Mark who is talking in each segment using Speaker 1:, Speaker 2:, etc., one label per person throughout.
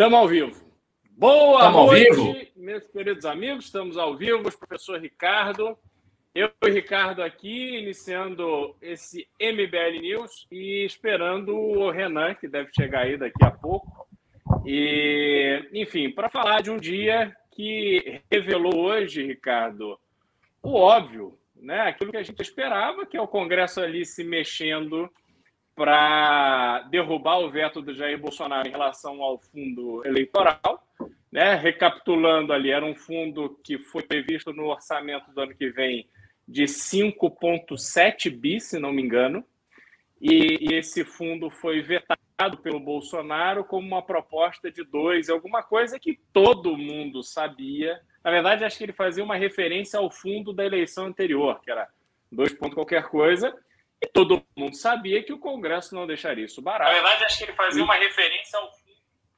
Speaker 1: Estamos ao vivo. Boa
Speaker 2: Estamos
Speaker 1: noite,
Speaker 2: ao vivo?
Speaker 1: meus queridos amigos. Estamos ao vivo, o professor Ricardo. Eu e o Ricardo aqui, iniciando esse MBL News e esperando o Renan, que deve chegar aí daqui a pouco. E, enfim, para falar de um dia que revelou hoje, Ricardo, o óbvio, né? Aquilo que a gente esperava, que é o Congresso ali se mexendo para derrubar o veto do Jair Bolsonaro em relação ao fundo eleitoral, né? Recapitulando ali, era um fundo que foi previsto no orçamento do ano que vem de 5,7 bi, se não me engano, e esse fundo foi vetado pelo Bolsonaro como uma proposta de 2, alguma coisa que todo mundo sabia. Na verdade, acho que ele fazia uma referência ao fundo da eleição anterior, que era 2 ponto qualquer coisa, e todo mundo sabia que o Congresso não deixaria isso barato.
Speaker 2: Na verdade, acho que ele fazia uma referência ao fundo.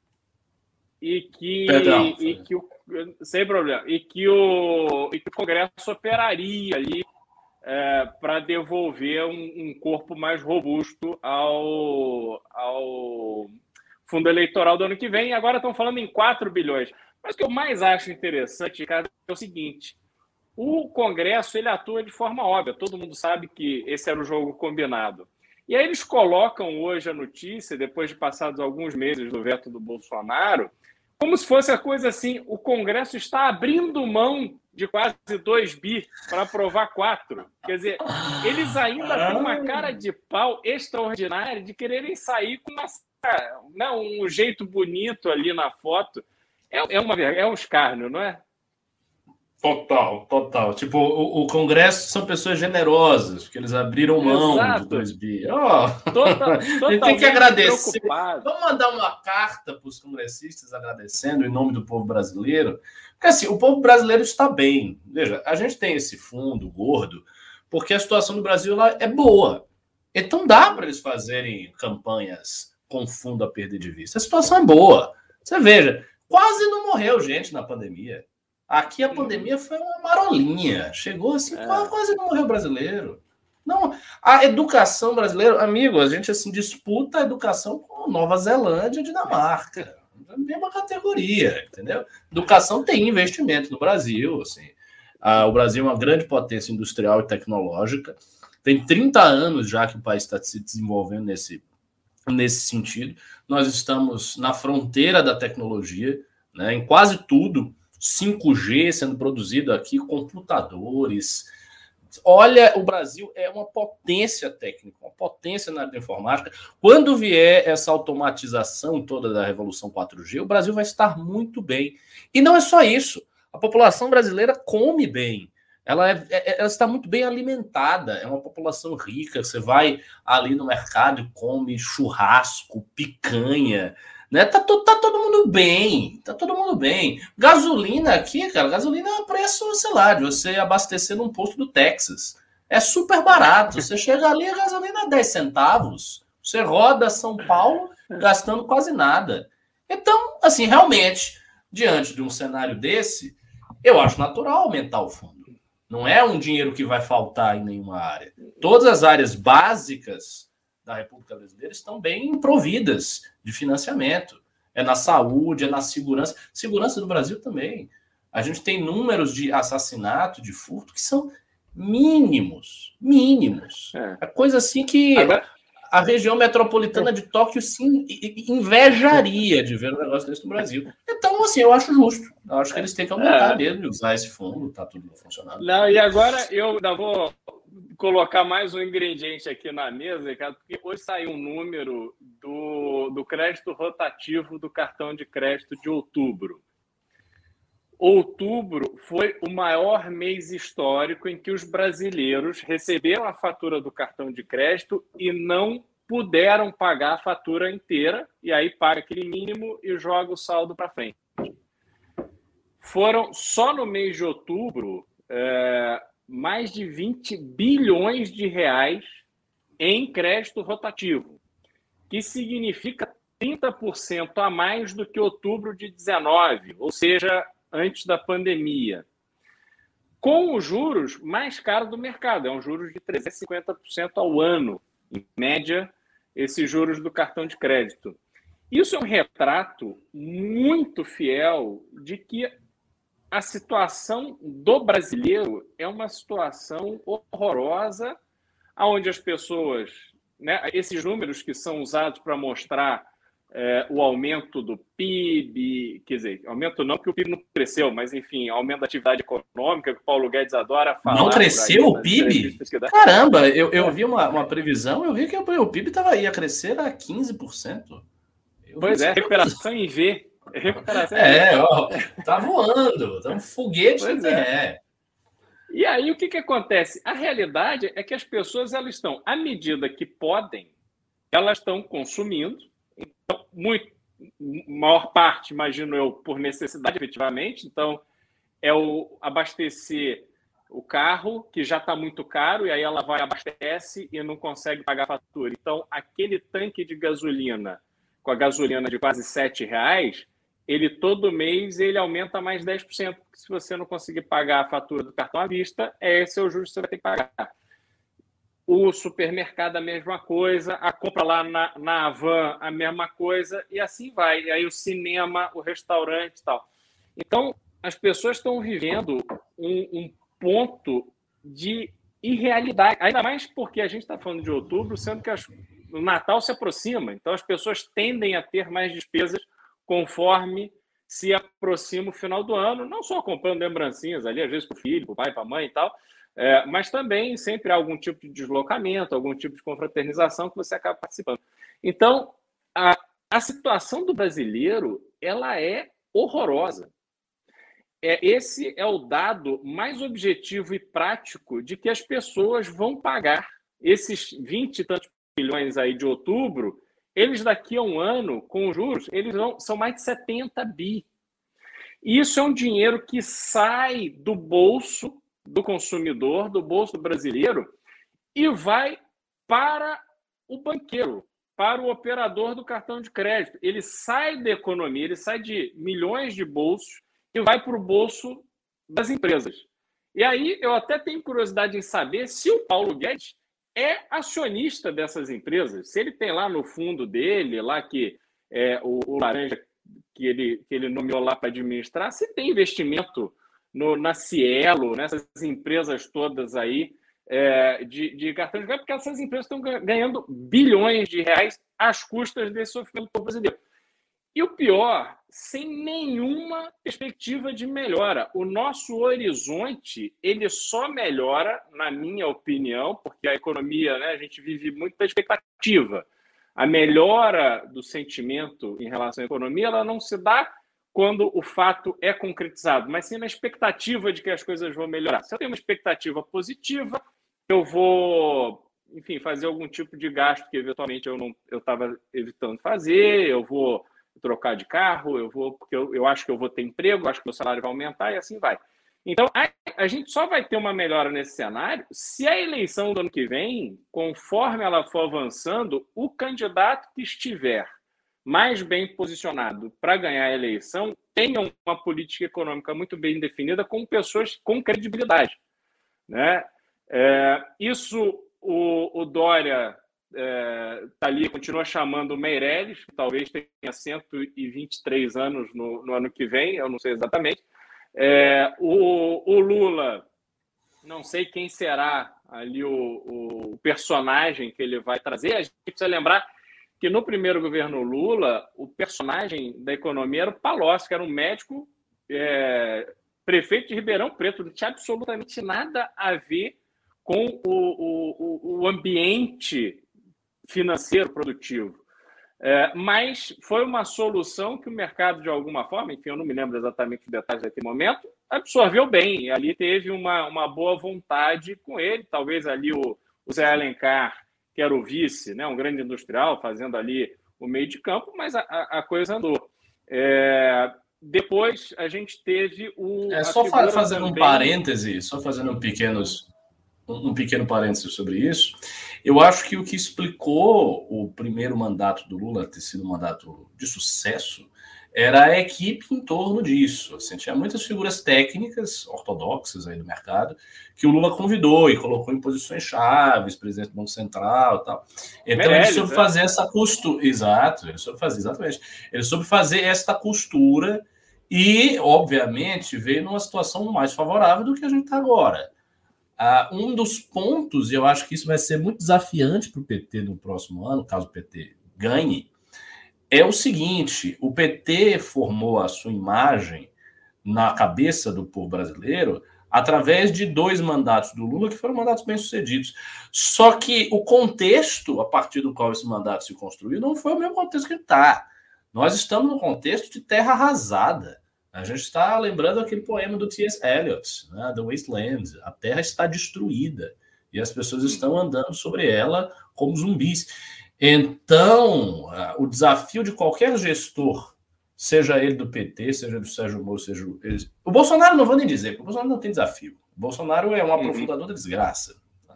Speaker 1: Sem problema. E que o Congresso operaria ali para devolver um corpo mais robusto ao fundo eleitoral do ano que vem. E agora estão falando em 4 bilhões. Mas o que eu mais acho interessante, Ricardo, é o seguinte: o Congresso ele atua de forma óbvia. Todo mundo sabe que esse era o jogo combinado. E aí eles colocam hoje a notícia, depois de passados alguns meses do veto do Bolsonaro, como se fosse a coisa assim: o Congresso está abrindo mão de quase 2 bi para aprovar 4. Quer dizer, eles ainda têm uma cara de pau extraordinária de quererem sair com um jeito bonito ali na foto. É um escárnio, não é?
Speaker 2: Total. Tipo, o Congresso são pessoas generosas, porque eles abriram mão de 2 bi. A gente tem que agradecer. Vamos mandar uma carta para os congressistas agradecendo em nome do povo brasileiro. Porque assim, o povo brasileiro está bem. Veja, a gente tem esse fundo gordo porque a situação do Brasil lá é boa. Então dá para eles fazerem campanhas com fundo a perder de vista. A situação é boa. Você veja, quase não morreu gente na pandemia. Aqui a pandemia foi uma marolinha. Chegou assim, quase não morreu brasileiro. Não, a educação brasileira, amigo, a gente assim disputa a educação com Nova Zelândia e Dinamarca. A mesma categoria, entendeu? Educação tem investimento no Brasil, assim. O Brasil é uma grande potência industrial e tecnológica. Tem 30 anos já que o país está se desenvolvendo nesse sentido. Nós estamos na fronteira da tecnologia, né, em quase tudo. 5G sendo produzido aqui, computadores. Olha, o Brasil é uma potência técnica, uma potência na área da informática. Quando vier essa automatização toda da Revolução 4G, o Brasil vai estar muito bem. E não é só isso. A população brasileira come bem. Ela está muito bem alimentada. É uma população rica. Você vai ali no mercado e come churrasco, picanha, né? Tá todo mundo bem. Tá todo mundo bem. Gasolina aqui, cara, gasolina é preço, sei lá, de você abastecer num posto do Texas. É super barato. Você chega ali, a gasolina é 10 centavos. Você roda São Paulo gastando quase nada. Então, assim, realmente, diante de um cenário desse, eu acho natural aumentar o fundo. Não é um dinheiro que vai faltar em nenhuma área. Todas as áreas básicas da República Brasileira estão bem providas de financiamento. É na saúde, é na segurança. Segurança do Brasil também. A gente tem números de assassinato, de furto, que são mínimos. É coisa assim que a região metropolitana de Tóquio se invejaria de ver um negócio desse no Brasil. Então, assim, eu acho justo. Eu acho que eles têm que aumentar mesmo, usar esse fundo, tá tudo funcionando.
Speaker 1: Não, e agora eu ainda vou colocar mais um ingrediente aqui na mesa, Ricardo, porque hoje saiu um número do crédito rotativo do cartão de crédito de outubro. Outubro foi o maior mês histórico em que os brasileiros receberam a fatura do cartão de crédito e não puderam pagar a fatura inteira, e aí paga aquele mínimo e joga o saldo para frente. Foram, só no mês de outubro, mais de 20 bilhões de reais em crédito rotativo, que significa 30% a mais do que outubro de 19, ou seja, antes da pandemia. Com os juros mais caros do mercado, é um juros de 350% ao ano, em média, esses juros do cartão de crédito. Isso é um retrato muito fiel de que a situação do brasileiro é uma situação horrorosa, onde as pessoas, né, esses números que são usados para mostrar o aumento do PIB, quer dizer, aumento não porque o PIB não cresceu, mas enfim, aumento da atividade econômica, que o Paulo Guedes adora falar.
Speaker 2: Não cresceu o PIB? Caramba, eu vi uma previsão, eu vi que o PIB ia crescer a 15%.
Speaker 1: Pois é, recuperação em V.
Speaker 2: Tá voando, tá um foguete na terra.
Speaker 1: E aí o que acontece? A realidade é que as pessoas, elas estão, à medida que podem, elas estão consumindo. Então, maior parte, imagino eu, por necessidade, efetivamente. Então, é o abastecer o carro, que já está muito caro, e aí ela vai, abastece e não consegue pagar a fatura. Então, aquele tanque de gasolina, com a gasolina de quase R$7, ele todo mês ele aumenta mais 10%, porque se você não conseguir pagar a fatura do cartão à vista, esse é o juros que você vai ter que pagar. O supermercado, a mesma coisa, a compra lá na Havan, a mesma coisa, e assim vai. E aí o cinema, o restaurante e tal. Então, as pessoas estão vivendo um ponto de irrealidade, ainda mais porque a gente está falando de outubro, sendo que o Natal se aproxima, então as pessoas tendem a ter mais despesas conforme se aproxima o final do ano, não só comprando lembrancinhas ali, às vezes para o filho, para o pai, para a mãe e tal, mas também sempre há algum tipo de deslocamento, algum tipo de confraternização que você acaba participando. Então, a situação do brasileiro, ela é horrorosa. Esse é o dado mais objetivo e prático de que as pessoas vão pagar esses 20 e tantos bilhões aí de outubro. Eles daqui a um ano, com juros, eles são mais de 70 bi. Isso é um dinheiro que sai do bolso do consumidor, do bolso do brasileiro, e vai para o banqueiro, para o operador do cartão de crédito. Ele sai da economia, ele sai de milhões de bolsos e vai para o bolso das empresas. E aí eu até tenho curiosidade em saber se o Paulo Guedes é acionista dessas empresas, se ele tem lá no fundo dele, lá que o laranja que ele nomeou lá para administrar, se tem investimento na Cielo, nessas empresas todas aí de cartão de crédito, porque essas empresas estão ganhando bilhões de reais às custas desse sofrimento brasileiro. E o pior, sem nenhuma perspectiva de melhora. O nosso horizonte, ele só melhora, na minha opinião, porque a economia, né, a gente vive muito da expectativa. A melhora do sentimento em relação à economia, ela não se dá quando o fato é concretizado, mas sim na expectativa de que as coisas vão melhorar. Se eu tenho uma expectativa positiva, eu vou, enfim, fazer algum tipo de gasto que eventualmente eu estava evitando fazer, eu vou trocar de carro, porque eu acho que eu vou ter emprego, acho que meu salário vai aumentar e assim vai. Então, a gente só vai ter uma melhora nesse cenário se a eleição do ano que vem, conforme ela for avançando, o candidato que estiver mais bem posicionado para ganhar a eleição tenha uma política econômica muito bem definida com pessoas com credibilidade, né? Isso o Dória tá ali, continua chamando o Meirelles, que talvez tenha 123 anos no ano que vem, eu não sei exatamente. O Lula, não sei quem será ali o personagem que ele vai trazer. A gente precisa lembrar que no primeiro governo Lula, o personagem da economia era o Palocci, que era um médico, prefeito de Ribeirão Preto, não tinha absolutamente nada a ver com o ambiente financeiro produtivo. Mas foi uma solução que o mercado, de alguma forma, enfim, eu não me lembro exatamente os detalhes daquele momento, absorveu bem. E ali teve uma boa vontade com ele. Talvez ali o Zé Alencar, que era o vice, né, um grande industrial, fazendo ali o meio de campo, mas a coisa andou. Depois a gente teve
Speaker 2: só fazendo um parêntese, só fazendo um pequeno parêntese sobre isso. Eu acho que o que explicou o primeiro mandato do Lula ter sido um mandato de sucesso era a equipe em torno disso. Assim, tinha muitas figuras técnicas ortodoxas aí do mercado que o Lula convidou e colocou em posições chaves, presidente do Banco Central e tal. Então ele soube fazer essa costura. Exato, ele soube fazer, exatamente. Ele soube fazer esta costura e, obviamente, veio numa situação mais favorável do que a gente está agora. Um dos pontos, e eu acho que isso vai ser muito desafiante para o PT no próximo ano, caso o PT ganhe, é o seguinte: o PT formou a sua imagem na cabeça do povo brasileiro através de 2 mandatos do Lula, que foram mandatos bem-sucedidos. Só que o contexto a partir do qual esse mandato se construiu não foi o mesmo contexto que está. Nós estamos num contexto de terra arrasada. A gente está lembrando aquele poema do T.S. Eliot, né, The Wasteland. A terra está destruída e as pessoas estão andando sobre ela como zumbis. Então, o desafio de qualquer gestor, seja ele do PT, seja do Sérgio Moro, seja ele... O Bolsonaro não vou nem dizer, porque o Bolsonaro não tem desafio. O Bolsonaro é um aprofundador da desgraça. Tá?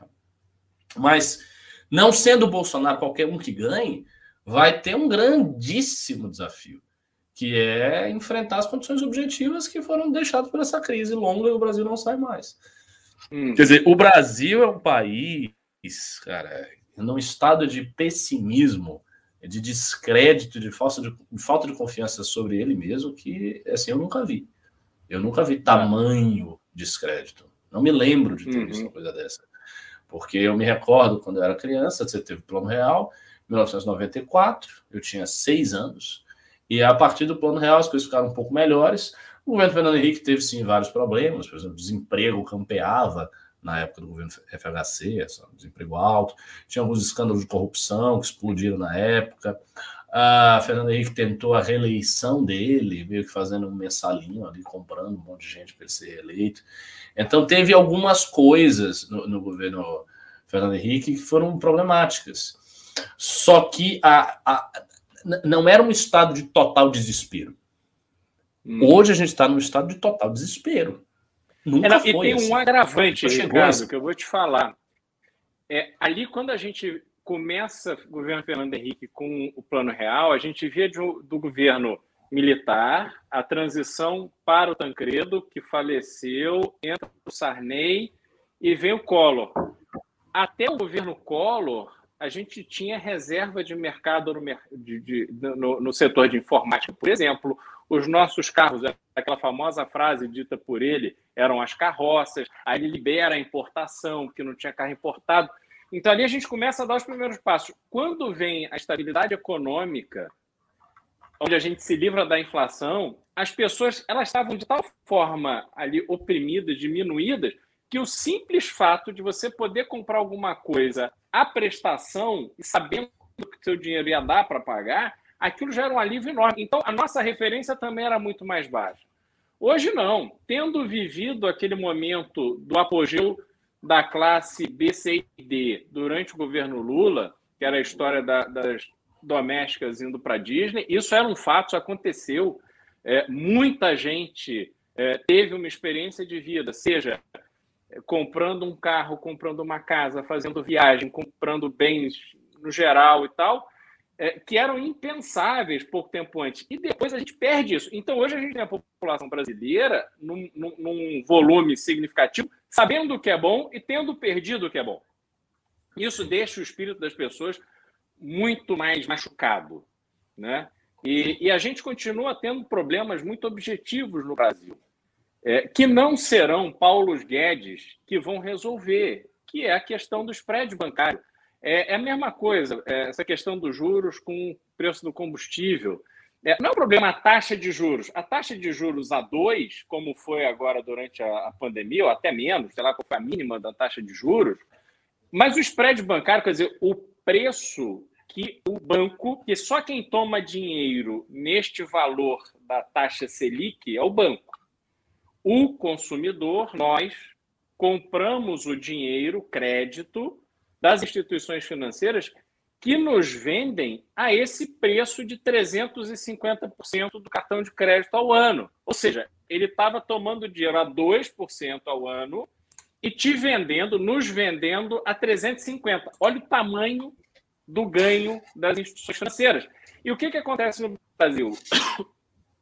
Speaker 2: Mas, não sendo o Bolsonaro qualquer um que ganhe, vai ter um grandíssimo desafio, que é enfrentar as condições objetivas que foram deixadas por essa crise longa e o Brasil não sai mais. Quer dizer, o Brasil é um país, cara, num estado de pessimismo, de descrédito, de falta de confiança sobre ele mesmo, que assim, eu nunca vi. Eu nunca vi tamanho descrédito. Não me lembro de ter visto uma coisa dessa. Porque eu me recordo, quando eu era criança, você teve o Plano Real, 1994, eu tinha 6 anos, e a partir do Plano Real as coisas ficaram um pouco melhores. O governo Fernando Henrique teve, sim, vários problemas, por exemplo, desemprego campeava na época do governo FHC, desemprego alto, tinha alguns escândalos de corrupção que explodiram na época. Fernando Henrique tentou a reeleição dele, meio que fazendo um mensalinho ali, comprando um monte de gente para ele ser reeleito. Então teve algumas coisas no governo Fernando Henrique que foram problemáticas. Só que não era um estado de total desespero. Hoje a gente está num estado de total desespero. Nunca foi.
Speaker 1: E tem um agravante, Ricardo, que eu vou te falar. Ali, quando a gente começa o governo Fernando Henrique com o Plano Real, a gente via do governo militar a transição para o Tancredo, que faleceu, entra o Sarney e vem o Collor. Até o governo Collor, a gente tinha reserva de mercado no setor de informática. Por exemplo, os nossos carros, aquela famosa frase dita por ele, eram as carroças, aí ele libera a importação, porque não tinha carro importado. Então, ali a gente começa a dar os primeiros passos. Quando vem a estabilidade econômica, onde a gente se livra da inflação, as pessoas elas estavam de tal forma ali oprimidas, diminuídas, que o simples fato de você poder comprar alguma coisa à prestação e sabendo que seu dinheiro ia dar para pagar, aquilo já era um alívio enorme. Então, a nossa referência também era muito mais baixa. Hoje, não. Tendo vivido aquele momento do apogeu da classe B, C e D durante o governo Lula, que era a história das domésticas indo para a Disney, isso era um fato, isso aconteceu. Muita gente teve uma experiência de vida, seja comprando um carro, comprando uma casa, fazendo viagem, comprando bens no geral e tal, que eram impensáveis pouco tempo antes. E depois a gente perde isso. Então, hoje a gente tem a população brasileira num volume significativo, sabendo o que é bom e tendo perdido o que é bom. Isso deixa o espírito das pessoas muito mais machucado, né? E a gente continua tendo problemas muito objetivos no Brasil, que não serão Paulo Guedes que vão resolver, que é a questão do spread bancário. É a mesma coisa, essa questão dos juros com o preço do combustível. Não é um problema a taxa de juros. A taxa de juros a 2, como foi agora durante a pandemia, ou até menos, sei lá qual foi a mínima da taxa de juros, mas o spread bancário, quer dizer, o preço que o banco, que só quem toma dinheiro neste valor da taxa Selic é o banco. O consumidor, nós, compramos o dinheiro, crédito, das instituições financeiras que nos vendem a esse preço de 350% do cartão de crédito ao ano. Ou seja, ele estava tomando dinheiro a 2% ao ano e nos vendendo a 350%. Olha o tamanho do ganho das instituições financeiras. E o que acontece no Brasil?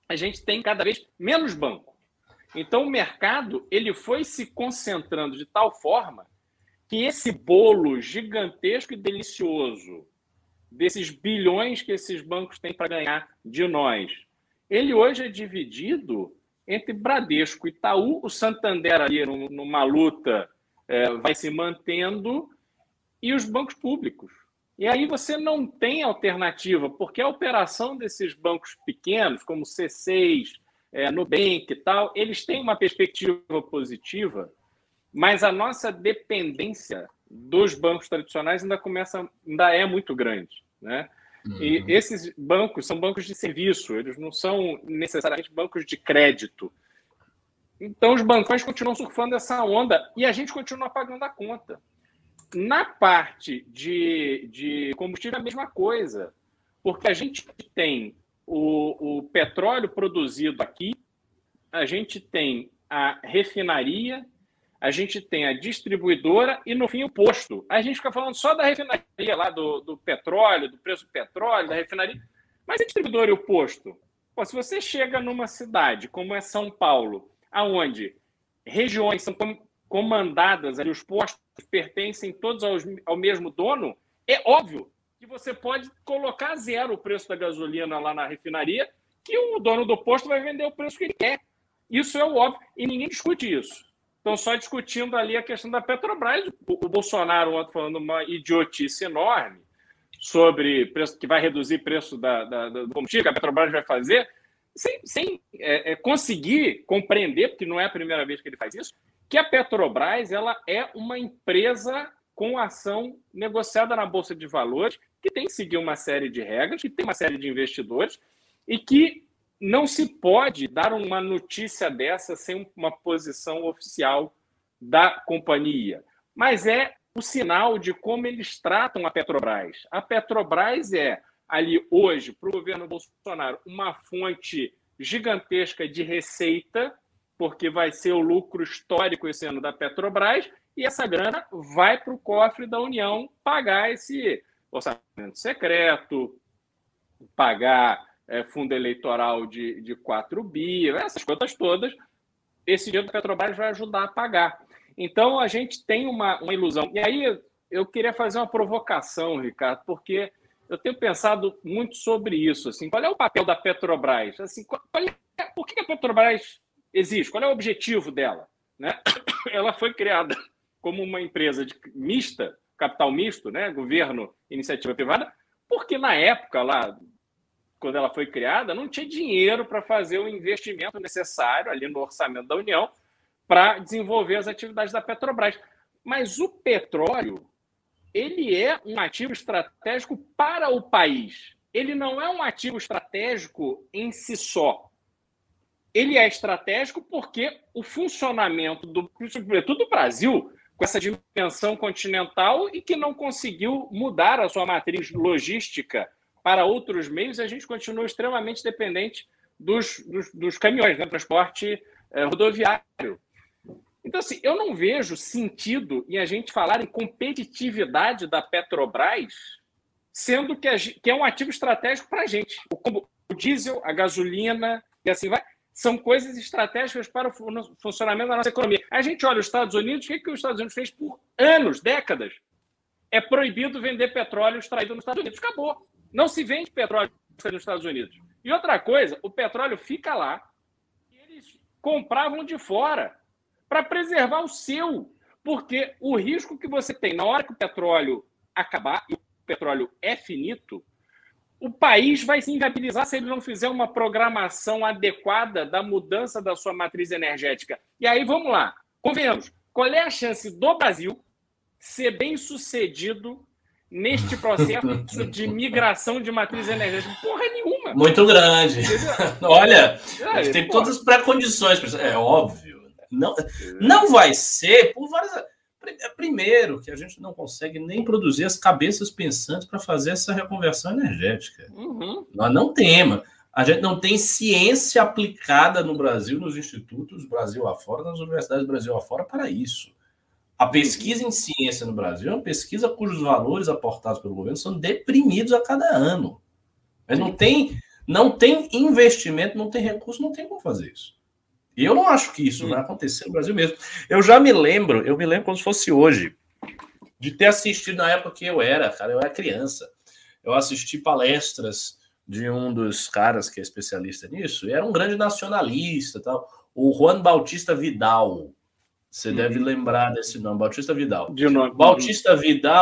Speaker 1: a gente tem cada vez menos banco. Então, o mercado ele foi se concentrando de tal forma que esse bolo gigantesco e delicioso desses bilhões que esses bancos têm para ganhar de nós, ele hoje é dividido entre Bradesco, Itaú, o Santander ali numa luta vai se mantendo, e os bancos públicos. E aí você não tem alternativa, porque a operação desses bancos pequenos, como C6, Nubank e tal, eles têm uma perspectiva positiva, mas a nossa dependência dos bancos tradicionais ainda é muito grande, né? E esses bancos são bancos de serviço, eles não são necessariamente bancos de crédito. Então, os bancões continuam surfando essa onda e a gente continua pagando a conta. Na parte de combustível é a mesma coisa, porque a gente tem o petróleo produzido aqui, a gente tem a refinaria, a gente tem a distribuidora e, no fim, o posto. A gente fica falando só da refinaria lá, do petróleo, do preço do petróleo, da refinaria. Mas a distribuidora e o posto? Pô, se você chega numa cidade como é São Paulo, onde regiões são comandadas, ali, os postos pertencem todos ao mesmo dono, é óbvio que você pode colocar zero o preço da gasolina lá na refinaria, que o dono do posto vai vender o preço que ele quer. Isso é o óbvio, e ninguém discute isso. Estão só discutindo ali a questão da Petrobras. O Bolsonaro ontem falando uma idiotice enorme sobre preço, que vai reduzir o preço do combustível, que a Petrobras vai fazer, sem conseguir compreender, porque não é a primeira vez que ele faz isso, que a Petrobras ela é uma empresa com ação negociada na Bolsa de Valores, que tem que seguir uma série de regras, que tem uma série de investidores, e que não se pode dar uma notícia dessa sem uma posição oficial da companhia. Mas é o sinal de como eles tratam a Petrobras. A Petrobras é, ali hoje, para o governo Bolsonaro, uma fonte gigantesca de receita, porque vai ser o lucro histórico esse ano da Petrobras, e essa grana vai para o cofre da União pagar esse orçamento secreto, pagar fundo eleitoral de 4 bi, essas coisas todas, esse dinheiro da Petrobras vai ajudar a pagar. Então, a gente tem uma ilusão. E aí, eu queria fazer uma provocação, Ricardo, porque eu tenho pensado muito sobre isso. Assim, qual é o papel da Petrobras? Assim, por que a Petrobras existe? Qual é o objetivo dela? Né? Ela foi criada como uma empresa mista, capital misto, né? Governo, iniciativa privada, porque na época lá, quando ela foi criada, não tinha dinheiro para fazer o investimento necessário ali no orçamento da União para desenvolver as atividades da Petrobras. Mas o petróleo, ele é um ativo estratégico para o país. Ele não é um ativo estratégico em si só. Ele é estratégico porque o funcionamento, sobretudo do Brasil, com essa dimensão continental e que não conseguiu mudar a sua matriz logística para outros meios, a gente continua extremamente dependente dos caminhões, né? Transporte rodoviário. Então, assim, eu não vejo sentido em a gente falar em competitividade da Petrobras, sendo que é um ativo estratégico para a gente. O diesel, a gasolina e assim vai, são coisas estratégicas para o funcionamento da nossa economia. A gente olha os Estados Unidos, o que os Estados Unidos fez por anos, décadas? É proibido vender petróleo extraído nos Estados Unidos. Acabou. Não se vende petróleo nos Estados Unidos. E outra coisa, o petróleo fica lá e eles compravam de fora para preservar o seu. Porque o risco que você tem na hora que o petróleo acabar, e o petróleo é finito, o país vai se inviabilizar se ele não fizer uma programação adequada da mudança da sua matriz energética. E aí, vamos lá. Convenhamos, qual é a chance do Brasil ser bem sucedido neste processo de migração de matriz energética? Porra nenhuma.
Speaker 2: Muito grande. Olha, a gente tem todas as pré-condições. É óbvio. Não vai ser por várias... Primeiro, que a gente não consegue nem produzir as cabeças pensantes para fazer essa reconversão energética. Nós não temos. A gente não tem ciência aplicada no Brasil, nos institutos Brasil afora, nas universidades Brasil afora para isso. A pesquisa em ciência no Brasil é uma pesquisa cujos valores aportados pelo governo são deprimidos a cada ano. Mas não tem Não tem investimento, não tem recurso, não tem como fazer isso. E eu não acho que isso vai acontecer no Brasil mesmo. Eu me lembro como se fosse hoje, de ter assistido na época que eu era criança. Eu assisti palestras de um dos caras que é especialista nisso, e era um grande nacionalista, tal, o Juan Bautista Vidal. Você deve lembrar desse nome, Bautista Vidal. Bautista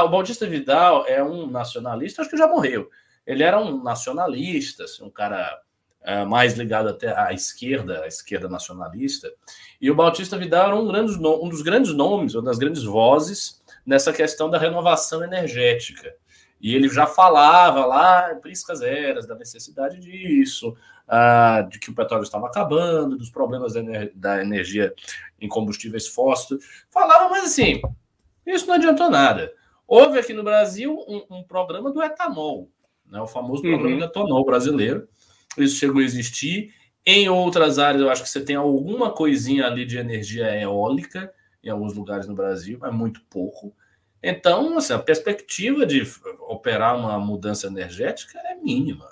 Speaker 2: Vidal é um nacionalista, acho que já morreu. Ele era um nacionalista, assim, um cara mais ligado até à esquerda nacionalista. E o Bautista Vidal era um dos grandes nomes, uma das grandes vozes nessa questão da renovação energética. E ele já falava lá, em Priscas Eras, da necessidade disso, de que o petróleo estava acabando, dos problemas da energia em combustíveis fósseis. Falava, mas assim, isso não adiantou nada. Houve aqui no Brasil um programa do etanol, né, o famoso programa do etanol brasileiro. Isso chegou a existir. Em outras áreas, eu acho que você tem alguma coisinha ali de energia eólica, em alguns lugares no Brasil, mas muito pouco. Então, assim, a perspectiva de operar uma mudança energética é mínima.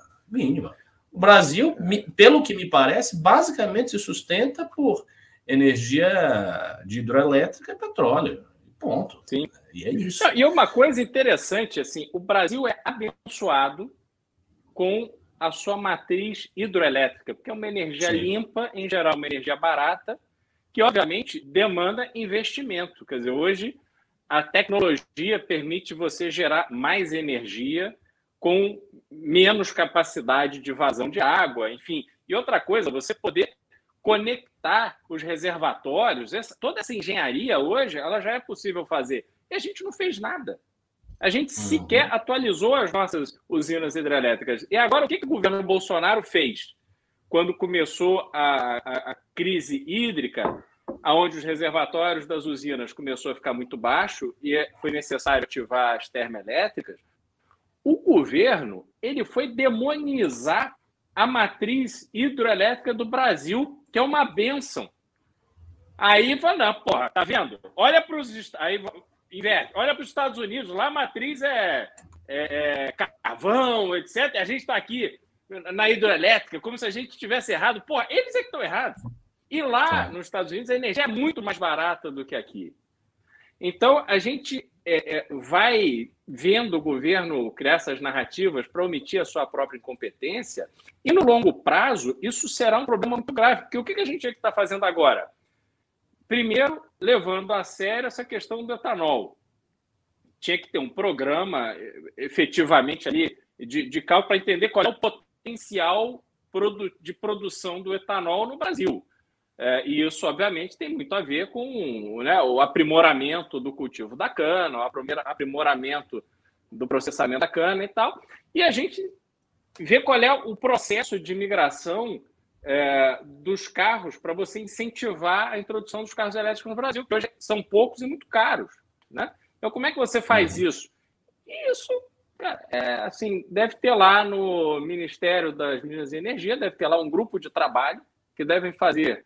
Speaker 2: O Brasil, pelo que me parece, basicamente se sustenta por energia de hidroelétrica e petróleo. Ponto.
Speaker 1: Sim.
Speaker 2: E é isso.
Speaker 1: E uma coisa interessante, assim, o Brasil é abençoado com a sua matriz hidroelétrica, porque é uma energia limpa, em geral, uma energia barata, que, obviamente, demanda investimento. Quer dizer, hoje, a tecnologia permite você gerar mais energia com menos capacidade de vazão de água, enfim. E outra coisa, você poder conectar os reservatórios, toda essa engenharia hoje, ela já é possível fazer. E a gente não fez nada. A gente sequer atualizou as nossas usinas hidrelétricas. E agora, o que o governo Bolsonaro fez? Quando começou a crise hídrica, onde os reservatórios das usinas começou a ficar muito baixo e foi necessário ativar as termoelétricas, o governo ele foi demonizar a matriz hidroelétrica do Brasil, que é uma bênção. Aí fala, não, porra, tá vendo? Olha para os Estados Unidos, lá a matriz é carvão, etc. A gente está aqui na hidroelétrica, como se a gente estivesse errado. Porra, eles é que estão errados. E lá nos Estados Unidos a energia é muito mais barata do que aqui. Então a gente vai vendo o governo criar essas narrativas para omitir a sua própria incompetência, e no longo prazo isso será um problema muito grave, porque o que a gente tinha que estar fazendo agora? Primeiro, levando a sério essa questão do etanol. Tinha que ter um programa efetivamente ali de cálculo para entender qual é o potencial de produção do etanol no Brasil. E isso, obviamente, tem muito a ver com, né, o aprimoramento do cultivo da cana, o aprimoramento do processamento da cana e tal. E a gente vê qual é o processo de migração dos carros para você incentivar a introdução dos carros elétricos no Brasil, que hoje são poucos e muito caros, né? Então, como é que você faz isso? Isso, cara, assim, deve ter lá no Ministério das Minas e Energia, deve ter lá um grupo de trabalho que devem fazer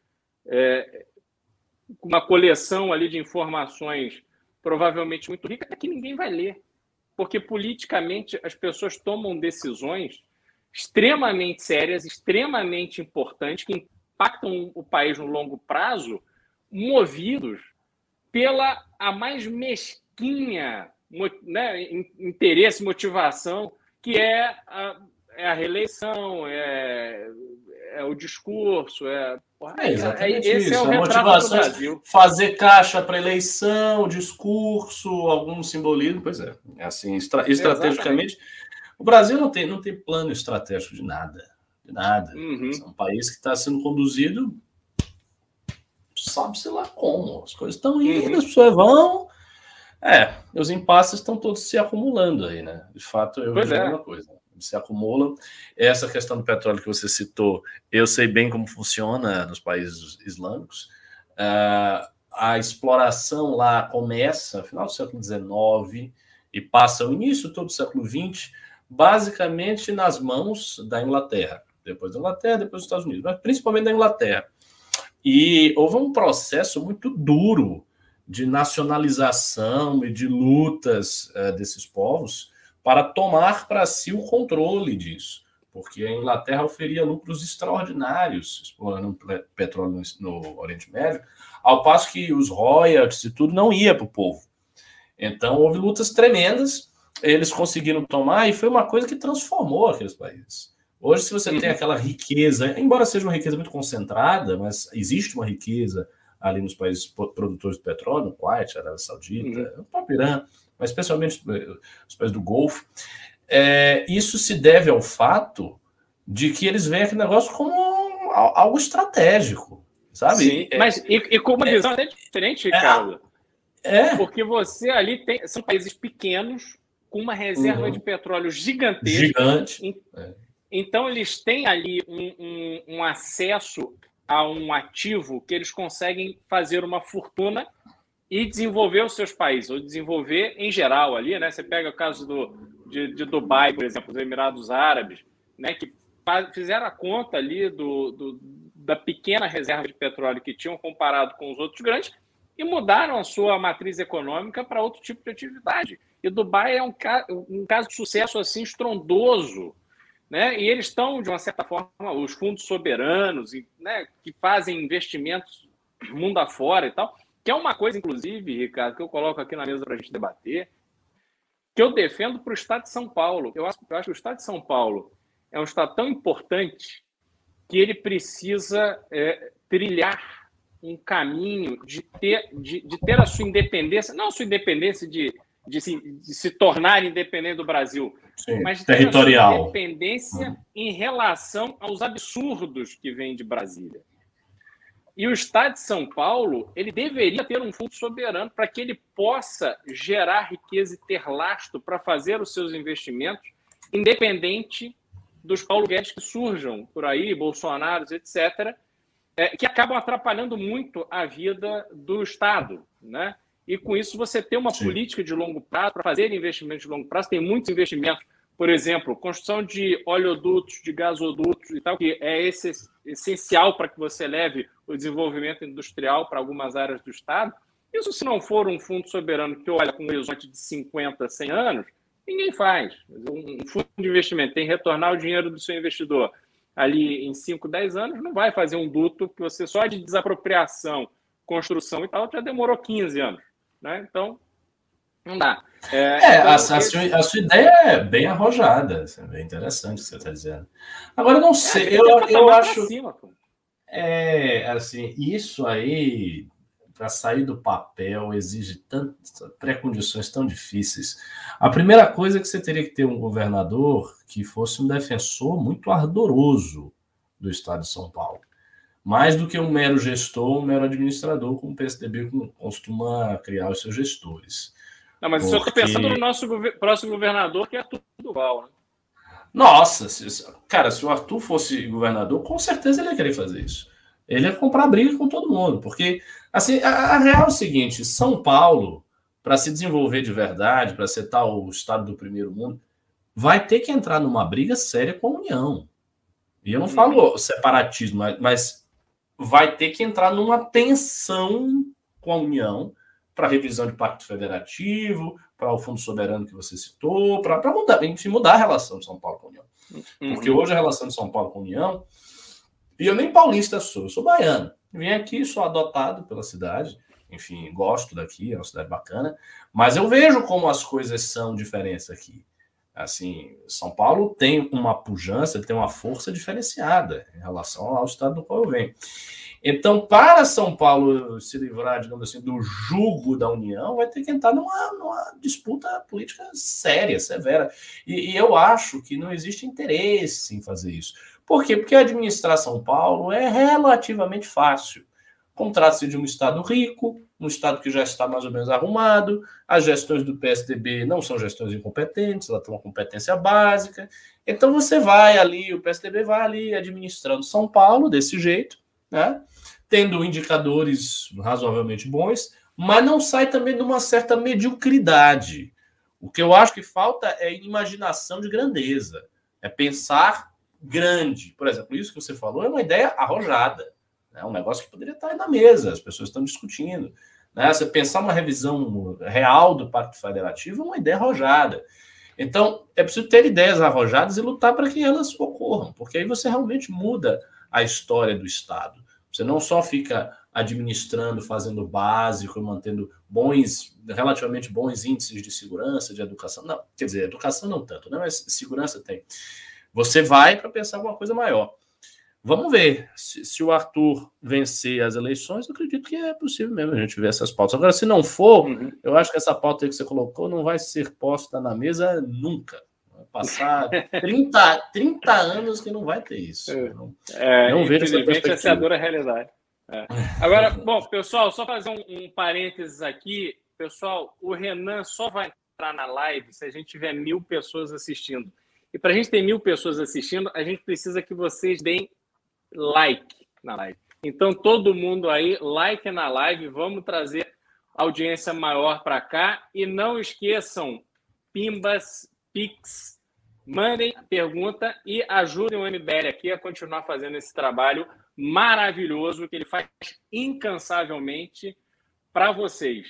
Speaker 1: uma coleção ali de informações provavelmente muito rica, que ninguém vai ler, porque politicamente as pessoas tomam decisões extremamente sérias, extremamente importantes, que impactam o país no longo prazo, movidos pela a mais mesquinha, né, interesse, motivação, que é a reeleição, o discurso,
Speaker 2: exatamente
Speaker 1: esse
Speaker 2: isso.
Speaker 1: é o
Speaker 2: a motivação do Brasil. Fazer caixa para eleição, discurso, algum simbolismo, pois é. Assim, estrategicamente, o Brasil não tem plano estratégico de nada. É um país que está sendo conduzido, sabe-se lá como. As coisas estão indo, as pessoas vão. Os impasses estão todos se acumulando aí, né? De fato, eu vejo a mesma coisa. Se acumulam. Essa questão do petróleo que você citou, eu sei bem como funciona nos países islâmicos. A exploração lá começa no final do século XIX e passa o início todo do século XX, basicamente nas mãos da Inglaterra. Depois da Inglaterra, depois dos Estados Unidos, mas principalmente da Inglaterra. E houve um processo muito duro de nacionalização e de lutas desses povos para tomar para si o controle disso. porque a Inglaterra oferia lucros extraordinários explorando petróleo no Oriente Médio, ao passo que os royalties e tudo não ia para o povo. Então, houve lutas tremendas, eles conseguiram tomar, e foi uma coisa que transformou aqueles países. Hoje, se você tem aquela riqueza, embora seja uma riqueza muito concentrada, mas existe uma riqueza ali nos países produtores de petróleo, no Kuwait, Arábia Saudita, o próprio Irã, mas especialmente os países do Golfo, isso se deve ao fato de que eles veem aquele negócio como algo estratégico, sabe?
Speaker 1: Sim, mas com uma visão até diferente, Ricardo. Porque você ali são países pequenos com uma reserva de petróleo gigantesca. Então, eles têm ali um acesso a um ativo que eles conseguem fazer uma fortuna e desenvolver os seus países, ou desenvolver em geral ali, né? Você pega o caso de Dubai, por exemplo, dos Emirados Árabes, né? Que fizeram a conta ali da pequena reserva de petróleo que tinham comparado com os outros grandes e mudaram a sua matriz econômica para outro tipo de atividade. E Dubai é um caso de sucesso assim estrondoso, né? E eles estão, de uma certa forma, os fundos soberanos, né, que fazem investimentos mundo afora e tal, que é uma coisa, inclusive, Ricardo, que eu coloco aqui na mesa para a gente debater, que eu defendo para o Estado de São Paulo. Eu acho que o Estado de São Paulo é um Estado tão importante que ele precisa trilhar um caminho de ter a sua independência, não a sua independência de se tornar independente do Brasil,
Speaker 2: sim,
Speaker 1: mas
Speaker 2: territorial.
Speaker 1: A sua independência em relação aos absurdos que vêm de Brasília. E o Estado de São Paulo, ele deveria ter um fundo soberano para que ele possa gerar riqueza e ter lastro para fazer os seus investimentos, independente dos Paulo Guedes que surjam por aí, Bolsonaros, etc., que acabam atrapalhando muito a vida do Estado, né? E com isso você tem uma política de longo prazo para fazer investimentos de longo prazo. Tem muitos investimentos, por exemplo, construção de oleodutos, de gasodutos e tal, que é essencial para que você leve o desenvolvimento industrial para algumas áreas do Estado. Isso, se não for um fundo soberano que olha com um horizonte de 50, 100 anos, ninguém faz. Um fundo de investimento tem que retornar o dinheiro do seu investidor ali em 5, 10 anos, não vai fazer um duto que você só de desapropriação, construção e tal, já demorou 15 anos. Né? Então, não dá.
Speaker 2: Então, a sua ideia é bem arrojada, é bem interessante o que você está dizendo. Agora, eu não sei, eu acho... assim, isso aí, para sair do papel, exige tantas pré-condições tão difíceis. A primeira coisa é que você teria que ter um governador que fosse um defensor muito ardoroso do Estado de São Paulo. Mais do que um mero gestor, um mero administrador, como o PSDB costuma criar os seus gestores.
Speaker 1: Não, mas eu estou pensando no nosso próximo governador, que é Arthur Duval, né?
Speaker 2: Nossa, cara, se o Arthur fosse governador, com certeza ele ia querer fazer isso. Ele ia comprar briga com todo mundo, porque assim, a real é o seguinte, São Paulo, para se desenvolver de verdade, para ser tal o estado do primeiro mundo, vai ter que entrar numa briga séria com a União. E eu não falo separatismo, mas vai ter que entrar numa tensão com a União para a revisão de pacto federativo, para o fundo soberano que você citou, para mudar, enfim, mudar a relação de São Paulo com a União. Porque hoje a relação de São Paulo com a União, e eu nem paulista sou, eu sou baiano. Vim aqui, sou adotado pela cidade, enfim, gosto daqui, é uma cidade bacana, mas eu vejo como as coisas são diferentes aqui. Assim, São Paulo tem uma pujança, tem uma força diferenciada em relação ao estado do qual eu venho. Então, para São Paulo se livrar, digamos assim, do jugo da União, vai ter que entrar numa disputa política séria, severa. E eu acho que não existe interesse em fazer isso. Por quê? Porque administrar São Paulo é relativamente fácil. Trata-se de um estado rico, um estado que já está mais ou menos arrumado, as gestões do PSDB não são gestões incompetentes, ela tem uma competência básica. Então você vai ali, o PSDB vai ali administrando São Paulo desse jeito, né? Tendo indicadores razoavelmente bons, mas não sai também de uma certa mediocridade. O que eu acho que falta é imaginação de grandeza, é pensar grande. Por exemplo, isso que você falou é uma ideia arrojada. É um negócio que poderia estar aí na mesa, as pessoas estão discutindo. Né? Você pensar uma revisão real do Pacto Federativo é uma ideia arrojada. Então, é preciso ter ideias arrojadas e lutar para que elas ocorram, porque aí você realmente muda a história do Estado. Você não só fica administrando, fazendo básico, mantendo relativamente bons índices de segurança, de educação. Não, quer dizer, educação não tanto, né? Mas segurança tem. Você vai para pensar alguma coisa maior. Vamos ver se o Arthur vencer as eleições. Eu acredito que é possível mesmo a gente ver essas pautas. Agora, se não for, eu acho que essa pauta que você colocou não vai ser posta na mesa nunca. Vai passar 30 anos que não vai ter isso.
Speaker 1: Não vejo essa perspectiva. Essa é a dura realidade. Agora, bom, pessoal, só fazer um parênteses aqui. Pessoal, o Renan só vai entrar na live se a gente tiver 1.000 pessoas assistindo. E para a gente ter 1.000 pessoas assistindo, a gente precisa que vocês deem like na live. Então, todo mundo aí, like na live, vamos trazer audiência maior para cá. E não esqueçam, Pimbas, Pix, mandem pergunta e ajudem o MBL aqui a continuar fazendo esse trabalho maravilhoso que ele faz incansavelmente para vocês.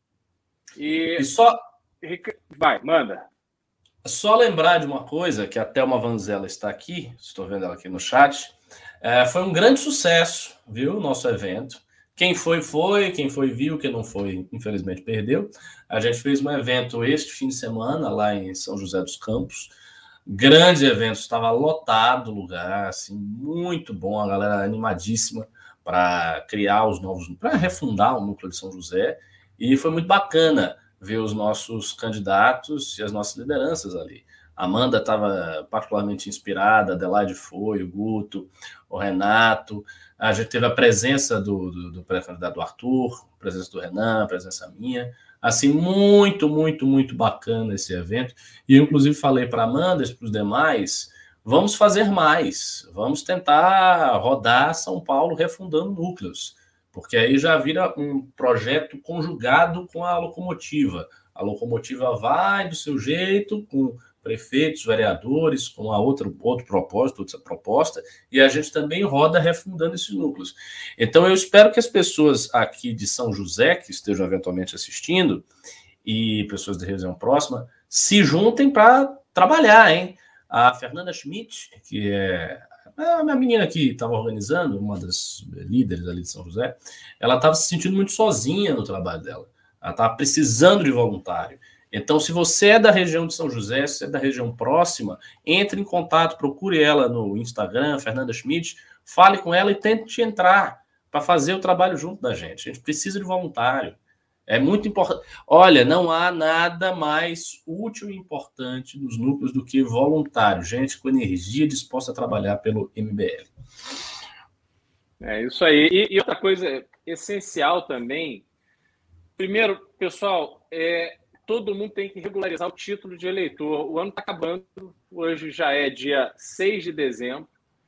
Speaker 2: E só...
Speaker 1: Vai, manda.
Speaker 2: Só lembrar de uma coisa, que a Thelma Vanzella está aqui, estou vendo ela aqui no chat. Foi um grande sucesso, viu, o nosso evento. Quem foi, quem foi, viu, quem não foi, infelizmente perdeu. A gente fez um evento este fim de semana, lá em São José dos Campos. Grande evento, estava lotado o lugar, assim, muito bom, a galera animadíssima para criar os novos, para refundar o núcleo de São José. E foi muito bacana ver os nossos candidatos e as nossas lideranças ali. A Amanda estava particularmente inspirada, a Adelaide foi, o Guto, o Renato. A gente teve a presença do pré-candidato Arthur, a presença do Renan, a presença minha. Assim, muito, muito, muito bacana esse evento. E eu, inclusive, falei para a Amanda e para os demais, vamos fazer mais. Vamos tentar rodar São Paulo refundando núcleos. Porque aí já vira um projeto conjugado com a locomotiva. A locomotiva vai do seu jeito, com prefeitos, vereadores, com a outro propósito, outra proposta, e a gente também roda refundando esses núcleos. Então, eu espero que as pessoas aqui de São José, que estejam eventualmente assistindo, e pessoas da região próxima, se juntem para trabalhar, hein? A Fernanda Schmidt, que é a minha menina que estava organizando, uma das líderes ali de São José, ela estava se sentindo muito sozinha no trabalho dela. Ela estava precisando de voluntário. Então, se você é da região de São José, se você é da região próxima, entre em contato, procure ela no Instagram, Fernanda Schmidt, fale com ela e tente entrar para fazer o trabalho junto da gente. A gente precisa de voluntário. É muito importante. Olha, não há nada mais útil e importante nos núcleos do que voluntário, gente com energia disposta a trabalhar pelo MBL.
Speaker 1: É isso aí. E outra coisa essencial também, primeiro, pessoal, todo mundo tem que regularizar o título de eleitor. O ano está acabando, hoje já é dia 6 de dezembro.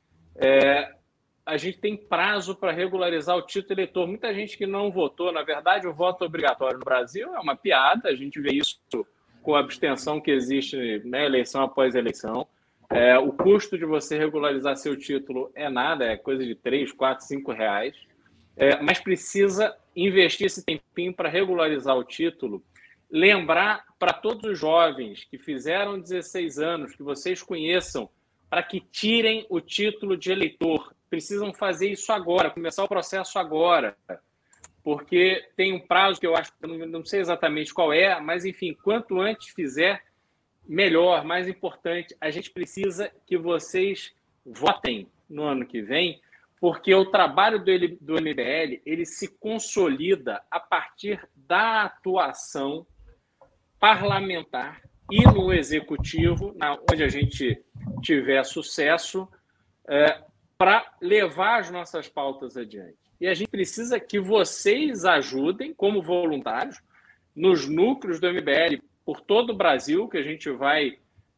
Speaker 1: A gente tem prazo para regularizar o título eleitor. Muita gente que não votou, na verdade, o voto obrigatório no Brasil é uma piada. A gente vê isso com a abstenção que existe, né, eleição após eleição. O custo de você regularizar seu título é nada, é coisa de 3, 4, 5 reais. Mas precisa investir esse tempinho para regularizar o título. Lembrar para todos os jovens que fizeram 16 anos, que vocês conheçam, para que tirem o título de eleitor. Precisam fazer isso agora, começar o processo agora, porque tem um prazo que eu acho, eu não sei exatamente qual é, mas enfim, quanto antes fizer, melhor, mais importante, a gente precisa que vocês votem no ano que vem, porque o trabalho do MBL, ele se consolida a partir da atuação parlamentar e no executivo, onde a gente tiver sucesso, para levar as nossas pautas adiante. E a gente precisa que vocês ajudem, como voluntários, nos núcleos do MBL por todo o Brasil, que a gente vai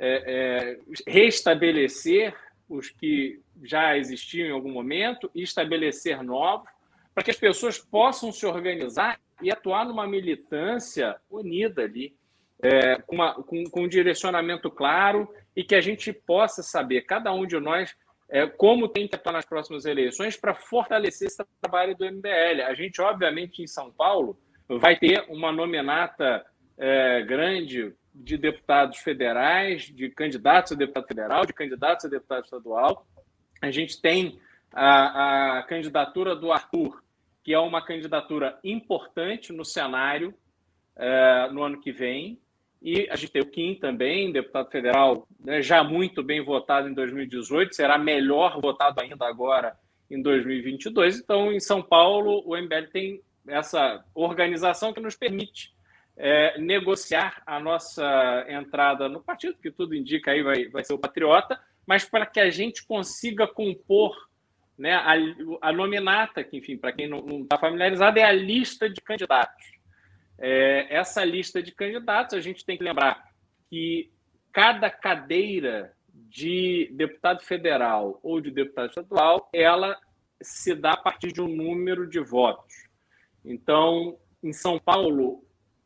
Speaker 1: restabelecer os que já existiam em algum momento e estabelecer novos, para que as pessoas possam se organizar e atuar numa militância unida ali, com um direcionamento claro e que a gente possa saber, cada um de nós, como tem que atuar nas próximas eleições para fortalecer esse trabalho do MBL. A gente, obviamente, em São Paulo, vai ter uma nominata grande de deputados federais, de candidatos a deputado federal, de candidatos a deputado estadual. A gente tem a candidatura do Arthur, que é uma candidatura importante no cenário no ano que vem. E a gente tem o Kim também, deputado federal, né, já muito bem votado em 2018, será melhor votado ainda agora em 2022. Então, em São Paulo, o MBL tem essa organização que nos permite negociar a nossa entrada no partido, que tudo indica aí vai ser o Patriota, mas para que a gente consiga compor, né, a nominata, que, enfim, para quem não está familiarizado, é a lista de candidatos. Essa lista de candidatos, a gente tem que lembrar que cada cadeira de deputado federal ou de deputado estadual, ela se dá a partir de um número de votos. Então, em São Paulo,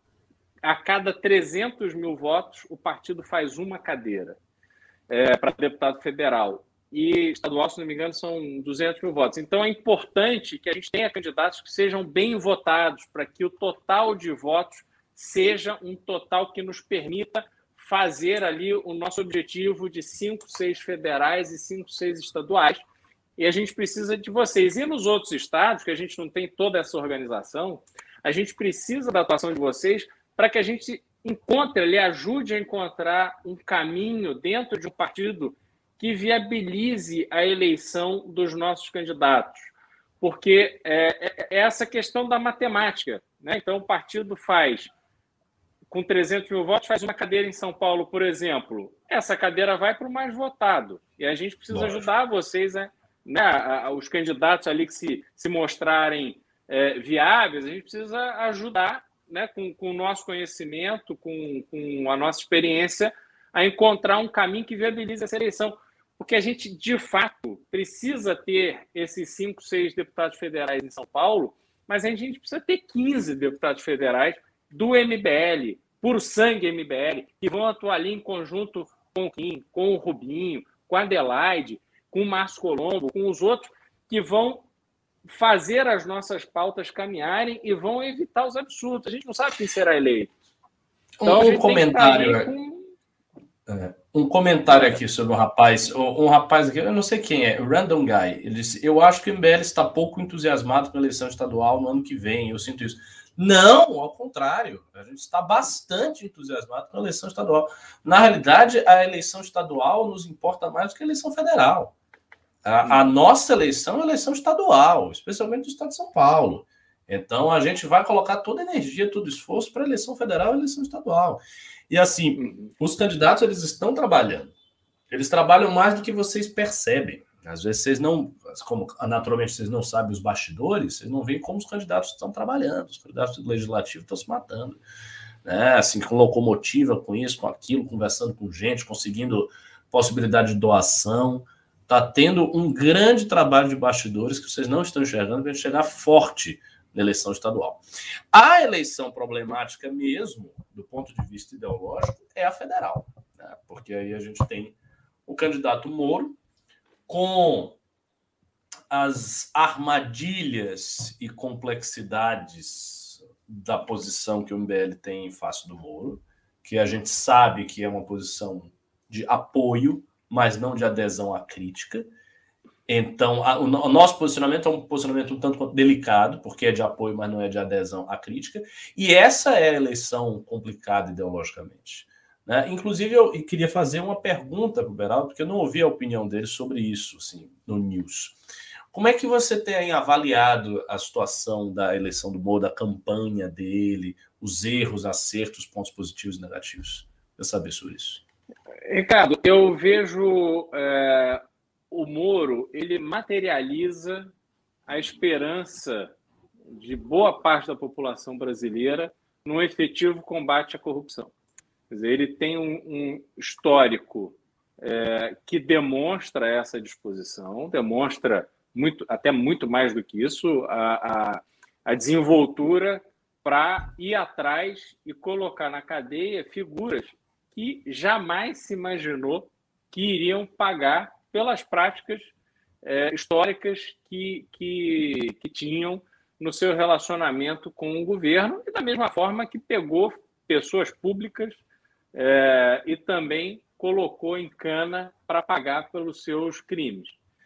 Speaker 1: a cada 300 mil votos, o partido faz uma cadeira para deputado federal. E estadual, se não me engano, são 200 mil votos. Então, é importante que a gente tenha candidatos que sejam bem votados, para que o total de votos seja um total que nos permita fazer ali o nosso objetivo de 5, 6 federais e 5, 6 estaduais. E a gente precisa de vocês. E nos outros estados, que a gente não tem toda essa organização, a gente precisa da atuação de vocês para que a gente encontre ali, ajude a encontrar um caminho dentro de um partido que viabilize a eleição dos nossos candidatos. Porque é essa questão da matemática, né? Então, o partido faz, com 300 mil votos, faz uma cadeira em São Paulo, por exemplo. Essa cadeira vai para o mais votado. E a gente precisa ajudar vocês, né, os candidatos ali que se mostrarem viáveis, a gente precisa ajudar, né, com o nosso conhecimento, com a nossa experiência, a encontrar um caminho que viabilize essa eleição. Porque a gente, de fato, precisa ter esses 5, 6 deputados federais em São Paulo, mas a gente precisa ter 15 deputados federais do MBL, puro sangue MBL, que vão atuar ali em conjunto com o Kim, com o Rubinho, com a Adelaide, com o Márcio Colombo, com os outros, que vão fazer as nossas pautas caminharem e vão evitar os absurdos. A gente não sabe quem será eleito.
Speaker 2: Então, um comentário aqui sobre um rapaz aqui, eu não sei quem é, Random Guy. Ele disse: eu acho que o MBL está pouco entusiasmado com a eleição estadual no ano que vem. Eu sinto isso. Não, ao contrário. A gente está bastante entusiasmado com a eleição estadual. Na realidade, a eleição estadual nos importa mais do que a eleição federal. A nossa eleição é a eleição estadual, especialmente do estado de São Paulo. Então, a gente vai colocar toda a energia, todo o esforço para a eleição federal e a eleição estadual. E assim, os candidatos, eles estão trabalhando. Eles trabalham mais do que vocês percebem. Às vezes vocês não, como naturalmente vocês não sabem os bastidores, vocês não veem como os candidatos estão trabalhando. Os candidatos do legislativo estão se matando, né? Assim, com locomotiva, com isso, com aquilo, conversando com gente, conseguindo possibilidade de doação. Está tendo um grande trabalho de bastidores que vocês não estão enxergando para a gente chegar forte na eleição estadual. A eleição problemática mesmo, do ponto de vista ideológico, é a federal, né? Porque aí a gente tem o candidato Moro com as armadilhas e complexidades da posição que o MBL tem em face do Moro, que a gente sabe que é uma posição de apoio, mas não de adesão à crítica. Então, o nosso posicionamento é um posicionamento um tanto quanto delicado, porque é de apoio, mas não é de adesão à crítica. E essa é a eleição complicada ideologicamente, né? Inclusive, eu queria fazer uma pergunta para o Beraldo, porque eu não ouvi a opinião dele sobre isso, assim, no News. Como é que você tem avaliado a situação da eleição do Moro, da campanha dele, os erros, acertos, pontos positivos e negativos? Quer saber sobre isso?
Speaker 1: Ricardo, eu vejo o Moro, ele materializa a esperança de boa parte da população brasileira num efetivo combate à corrupção. Quer dizer, ele tem um histórico que demonstra essa disposição, demonstra até muito mais do que isso, a desenvoltura para ir atrás e colocar na cadeia figuras que jamais se imaginou que iriam pagar pelas práticas históricas que tinham no seu relacionamento com o governo, e da mesma forma que pegou pessoas públicas e também colocou em cana para pagar pelos seus crimes.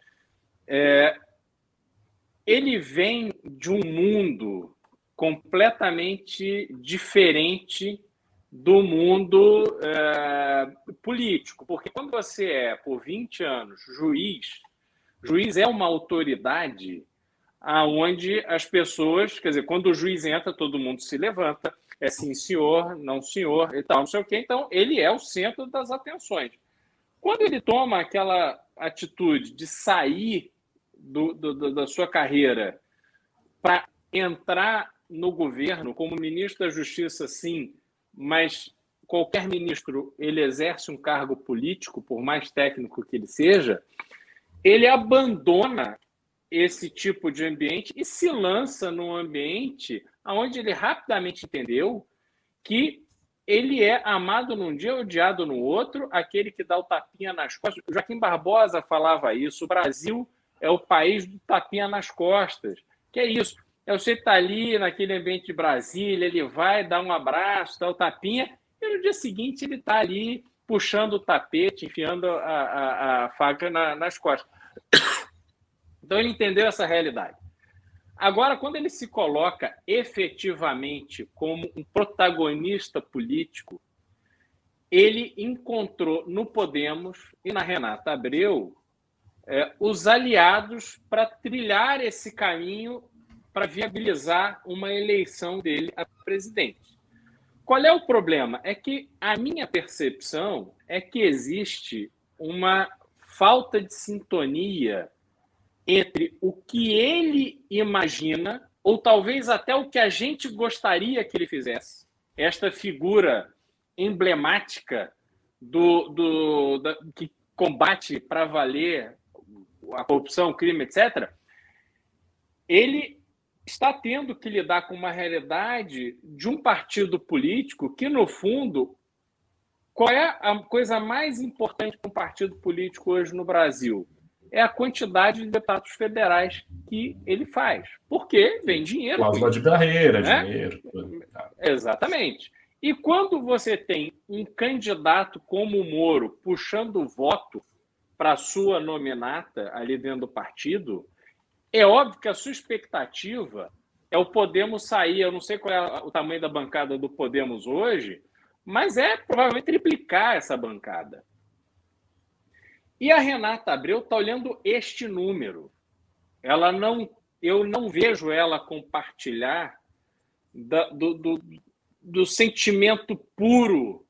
Speaker 1: Ele vem de um mundo completamente diferente do mundo político, porque quando você é, por 20 anos, juiz é uma autoridade aonde as pessoas, quer dizer, quando o juiz entra, todo mundo se levanta, é sim senhor, não senhor, e tal, não sei o quê, então ele é o centro das atenções. Quando ele toma aquela atitude de sair da sua carreira para entrar no governo como ministro da Justiça, sim, mas qualquer ministro, ele exerce um cargo político, por mais técnico que ele seja, ele abandona esse tipo de ambiente e se lança num ambiente onde ele rapidamente entendeu que ele é amado num dia, odiado no outro, aquele que dá o tapinha nas costas. O Joaquim Barbosa falava isso, o Brasil é o país do tapinha nas costas. Que é isso? Você está ali naquele ambiente de Brasília, ele vai dar um abraço, dá o tapinha, e no dia seguinte ele está ali puxando o tapete, enfiando a faca nas costas. Então ele entendeu essa realidade. Agora, quando ele se coloca efetivamente como um protagonista político, ele encontrou no Podemos e na Renata Abreu os aliados para trilhar esse caminho para viabilizar uma eleição dele a presidente. Qual é o problema? É que a minha percepção é que existe uma falta de sintonia entre o que ele imagina, ou talvez até o que a gente gostaria que ele fizesse, esta figura emblemática que combate para valer a corrupção, o crime, etc., ele está tendo que lidar com uma realidade de um partido político que, no fundo, qual é a coisa mais importante para um partido político hoje no Brasil? É a quantidade de deputados federais que ele faz. Porque vem dinheiro.
Speaker 2: Cláusula de carreira, né? Dinheiro.
Speaker 1: Exatamente. E quando você tem um candidato como o Moro puxando voto para a sua nominata ali dentro do partido, é óbvio que a sua expectativa é o Podemos sair. Eu não sei qual é o tamanho da bancada do Podemos hoje, mas é provavelmente triplicar essa bancada. E a Renata Abreu está olhando este número. Eu não vejo ela compartilhar do sentimento puro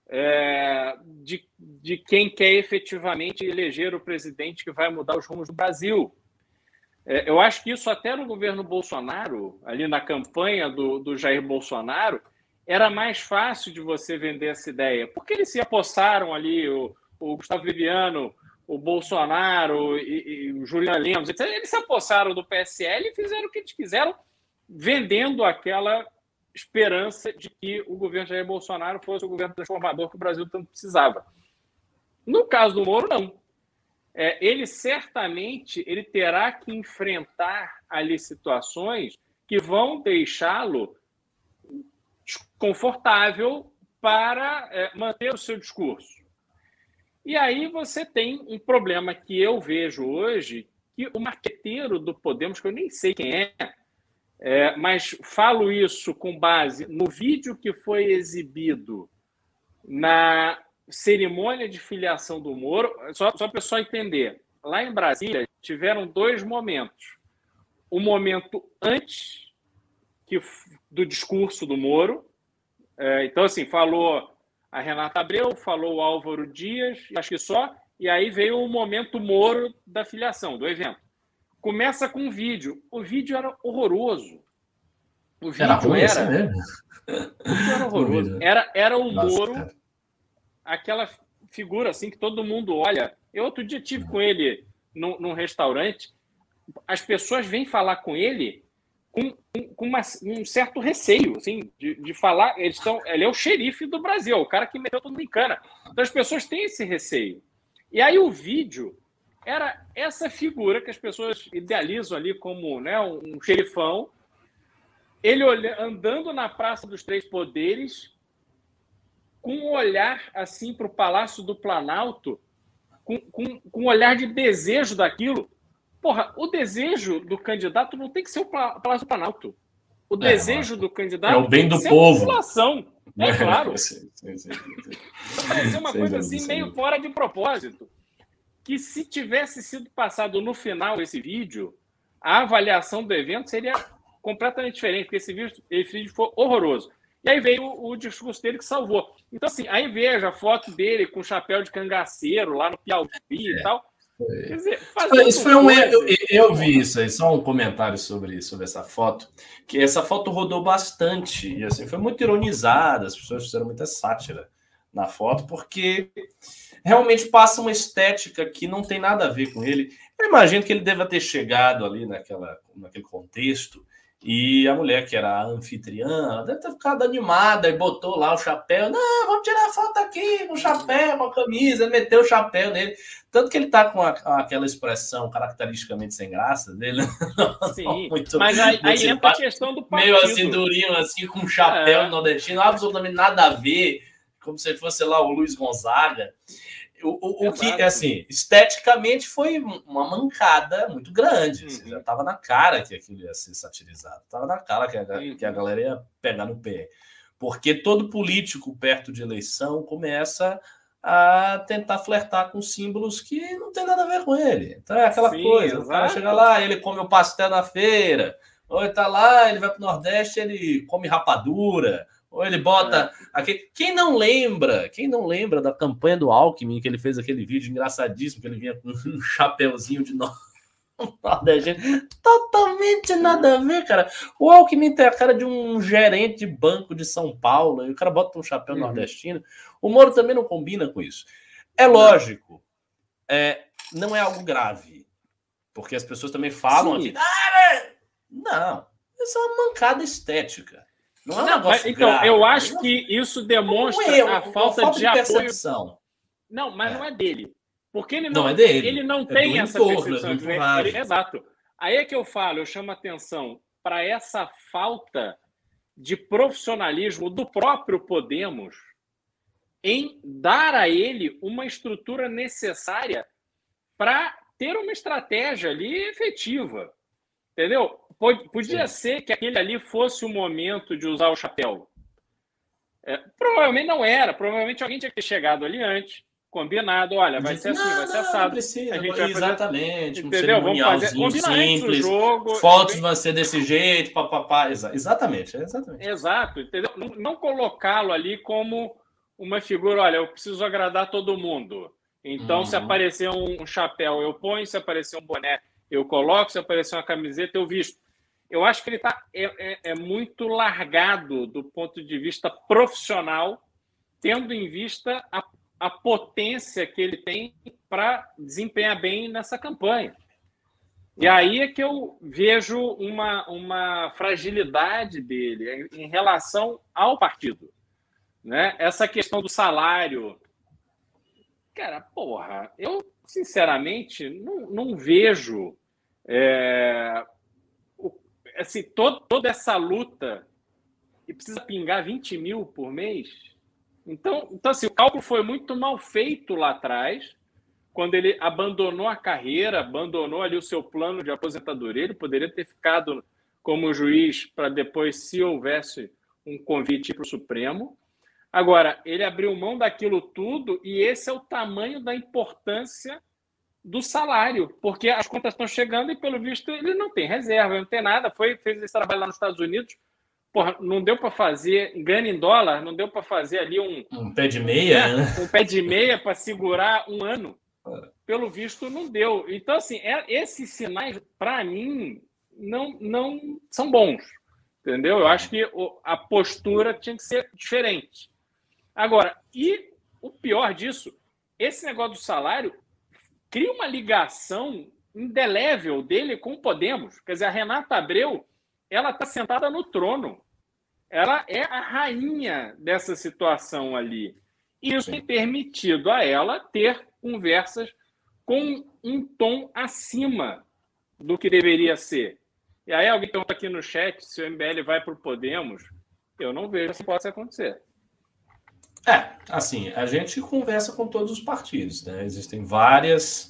Speaker 1: de quem quer efetivamente eleger o presidente que vai mudar os rumos do Brasil. Eu acho que isso até no governo Bolsonaro, ali na campanha do Jair Bolsonaro, era mais fácil de você vender essa ideia, porque eles se apossaram ali, o Gustavo Viviano, o Bolsonaro e o Juliano Lemos, etc. Eles se apossaram do PSL e fizeram o que eles quiseram, vendendo aquela esperança de que o governo Jair Bolsonaro fosse o governo transformador que o Brasil tanto precisava. No caso do Moro, não. Ele certamente terá que enfrentar ali situações que vão deixá-lo desconfortável para manter o seu discurso. E aí você tem um problema que eu vejo hoje, que o marqueteiro do Podemos, que eu nem sei quem mas falo isso com base no vídeo que foi exibido na cerimônia de filiação do Moro, só para o pessoal entender. Lá em Brasília, tiveram 2 momentos. O momento antes do discurso do Moro. Então, assim, falou a Renata Abreu, falou o Álvaro Dias, acho que só, e aí veio o momento Moro da filiação, do evento. Começa com um vídeo. O vídeo era horroroso. O vídeo era horroroso. Era o Moro, cara. Aquela figura assim que todo mundo olha. Eu outro dia tive com ele num restaurante. As pessoas vêm falar com ele com um certo receio, assim, de falar. Ele é o xerife do Brasil, o cara que meteu todo mundo em cana. Então as pessoas têm esse receio. E aí o vídeo era essa figura que as pessoas idealizam ali como, né, um xerifão. Ele andando na Praça dos Três Poderes, com um olhar assim para o Palácio do Planalto, com um olhar de desejo daquilo. Porra, o desejo do candidato não tem que ser o Palácio do Planalto. O desejo do candidato
Speaker 2: é o bem
Speaker 1: tem
Speaker 2: do
Speaker 1: que ser
Speaker 2: povo.
Speaker 1: A população. É claro.
Speaker 2: Sim.
Speaker 1: Parece uma coisa assim meio fora de propósito. Que se tivesse sido passado no final esse vídeo, a avaliação do evento seria completamente diferente, porque esse vídeo foi horroroso. E aí veio o discurso dele que salvou. Então, assim, aí veja a foto dele com chapéu de cangaceiro lá no Piauí e tal. Quer dizer,
Speaker 2: isso foi um erro. Eu vi isso aí, só um comentário sobre essa foto, que essa foto rodou bastante, e assim, foi muito ironizada, as pessoas fizeram muita sátira na foto, porque realmente passa uma estética que não tem nada a ver com ele. Eu imagino que ele deva ter chegado ali naquele contexto, e a mulher, que era a anfitriã, deve ter ficado animada e botou lá o chapéu. Não, vamos tirar a foto aqui com o chapéu, com a camisa, meteu o chapéu nele. Tanto que ele tá com aquela expressão caracteristicamente sem graça dele.
Speaker 1: Sim, mas aí entra a questão do partido.
Speaker 2: Meio assim, durinho, assim, com um chapéu nordestino, absolutamente nada a ver, como se fosse lá o Luiz Gonzaga. O que, assim, esteticamente foi uma mancada muito grande. Assim, já estava na cara que aquilo ia ser satirizado. Estava na cara que a galera ia pegar no pé. Porque todo político perto de eleição começa a tentar flertar com símbolos que não tem nada a ver com ele. Então é aquela coisa, o cara chega lá, ele come o pastel na feira, ou ele tá lá, ele vai para o Nordeste, ele come rapadura, ou ele bota aquele... Quem não lembra da campanha do Alckmin, que ele fez aquele vídeo engraçadíssimo, que ele vinha com um chapeuzinho de nordestino, totalmente nada a ver, cara. O Alckmin tem a cara de um gerente de banco de São Paulo, e o cara bota um chapéu nordestino. O Moro também não combina com isso. É lógico, não é algo grave, porque as pessoas também falam aqui, não, isso é uma mancada estética. Não é um negócio
Speaker 1: então,
Speaker 2: grave.
Speaker 1: Eu acho que isso demonstra a falta de
Speaker 2: percepção.
Speaker 1: Não, mas não é dele. Porque ele
Speaker 2: não é dele.
Speaker 1: Ele não tem essa percepção. Exato. Aí é que eu chamo atenção para essa falta de profissionalismo do próprio Podemos em dar a ele uma estrutura necessária para ter uma estratégia ali efetiva. Entendeu? Podia ser que aquele ali fosse o momento de usar o chapéu. Provavelmente não era. Provavelmente alguém tinha que ter chegado ali antes, combinado. Olha, vai ser assim, vai ser assado.
Speaker 2: Não precisa.
Speaker 1: A gente vai
Speaker 2: exatamente.
Speaker 1: fazer, entendeu? Vamos fazer
Speaker 2: simples.
Speaker 1: Jogo,
Speaker 2: fotos vão ser desse jeito, papapá. Exatamente.
Speaker 1: Exato, entendeu? Não colocá-lo ali como uma figura. Olha, eu preciso agradar todo mundo. Então, se aparecer um chapéu, eu ponho. Se aparecer um boné, eu coloco. Se aparecer uma camiseta, eu visto. Eu acho que ele é muito largado do ponto de vista profissional, tendo em vista a potência que ele tem para desempenhar bem nessa campanha. E aí é que eu vejo uma fragilidade dele em relação ao partido. Né? Essa questão do salário. Cara, porra, eu sinceramente não vejo... assim, toda essa luta e precisa pingar 20 mil por mês. Então assim, o cálculo foi muito mal feito lá atrás, quando ele abandonou a carreira, abandonou ali o seu plano de aposentadoria. Ele poderia ter ficado como juiz para depois, se houvesse um convite para o Supremo. Agora, ele abriu mão daquilo tudo e esse é o tamanho da importância do salário, porque as contas estão chegando e, pelo visto, ele não tem reserva, não tem nada. Fez esse trabalho lá nos Estados Unidos, porra, não deu para fazer, ganho em dólar, não deu para fazer ali um
Speaker 2: pé de meia, né?
Speaker 1: Um pé de meia para segurar um ano. Pelo visto, não deu. Então, assim, esses sinais, para mim, não são bons, entendeu? Eu acho que a postura tinha que ser diferente. Agora, e o pior disso, esse negócio do salário cria uma ligação indelével dele com o Podemos. Quer dizer, a Renata Abreu, ela está sentada no trono. Ela é a rainha dessa situação ali. E isso tem permitido a ela ter conversas com um tom acima do que deveria ser. E aí alguém pergunta aqui no chat se o MBL vai para o Podemos. Eu não vejo se possa acontecer.
Speaker 2: Assim, a gente conversa com todos os partidos, né? Existem várias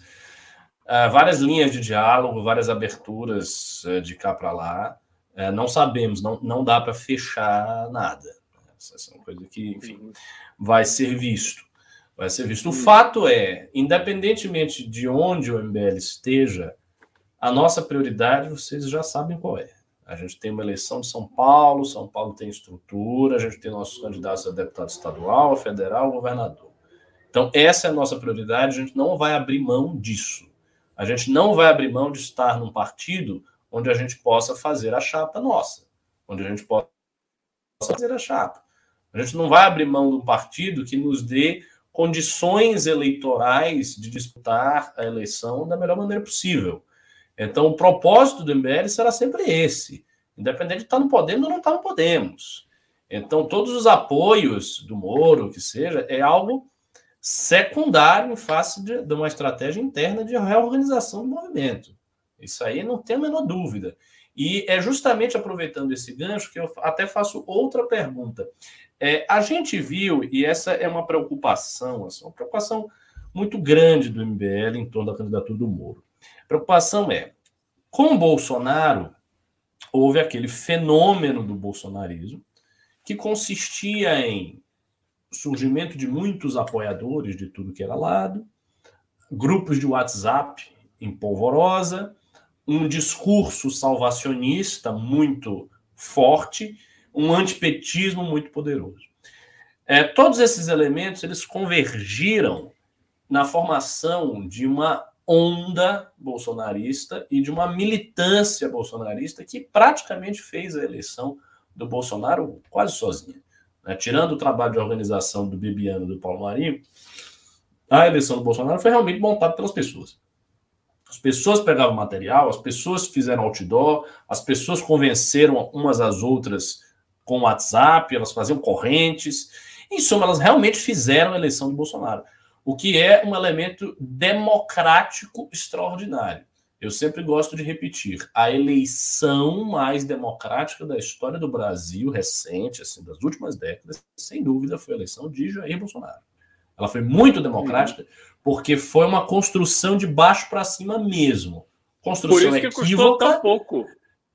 Speaker 2: linhas de diálogo, várias aberturas de cá para lá. Não sabemos, não dá para fechar nada. Essa é uma coisa que, enfim, vai ser visto. O fato é, independentemente de onde o MBL esteja, a nossa prioridade, vocês já sabem qual é. A gente tem uma eleição de São Paulo tem estrutura, a gente tem nossos candidatos a deputado estadual, a federal, governador. Então, essa é a nossa prioridade, a gente não vai abrir mão disso. A gente não vai abrir mão de estar num partido onde a gente possa fazer a chapa nossa, onde a gente possa fazer a chapa. A gente não vai abrir mão de um partido que nos dê condições eleitorais de disputar a eleição da melhor maneira possível. Então, o propósito do MBL será sempre esse, independente de estar no Podemos ou não estar no Podemos. Então, todos os apoios do Moro, que seja, é algo secundário em face de uma estratégia interna de reorganização do movimento. Isso aí não tem a menor dúvida. E é justamente aproveitando esse gancho que eu até faço outra pergunta. A gente viu, e essa é uma preocupação muito grande do MBL em torno da candidatura do Moro. A preocupação com o Bolsonaro, houve aquele fenômeno do bolsonarismo que consistia em surgimento de muitos apoiadores de tudo que era lado, grupos de WhatsApp em polvorosa, um discurso salvacionista muito forte, um antipetismo muito poderoso. Todos esses elementos eles convergiram na formação de uma onda bolsonarista e de uma militância bolsonarista que praticamente fez a eleição do Bolsonaro quase sozinha. Tirando o trabalho de organização do Bibiano e do Paulo Marinho, a eleição do Bolsonaro foi realmente montada pelas pessoas. As pessoas pegavam material, as pessoas fizeram outdoor, as pessoas convenceram umas às outras com o WhatsApp, elas faziam correntes. Em suma, elas realmente fizeram a eleição do Bolsonaro, o que é um elemento democrático extraordinário. Eu sempre gosto de repetir, a eleição mais democrática da história do Brasil recente, assim, das últimas décadas, sem dúvida, foi a eleição de Jair Bolsonaro. Ela foi muito democrática, porque foi uma construção de baixo para cima mesmo. Construção
Speaker 1: por isso que custou tão pouco.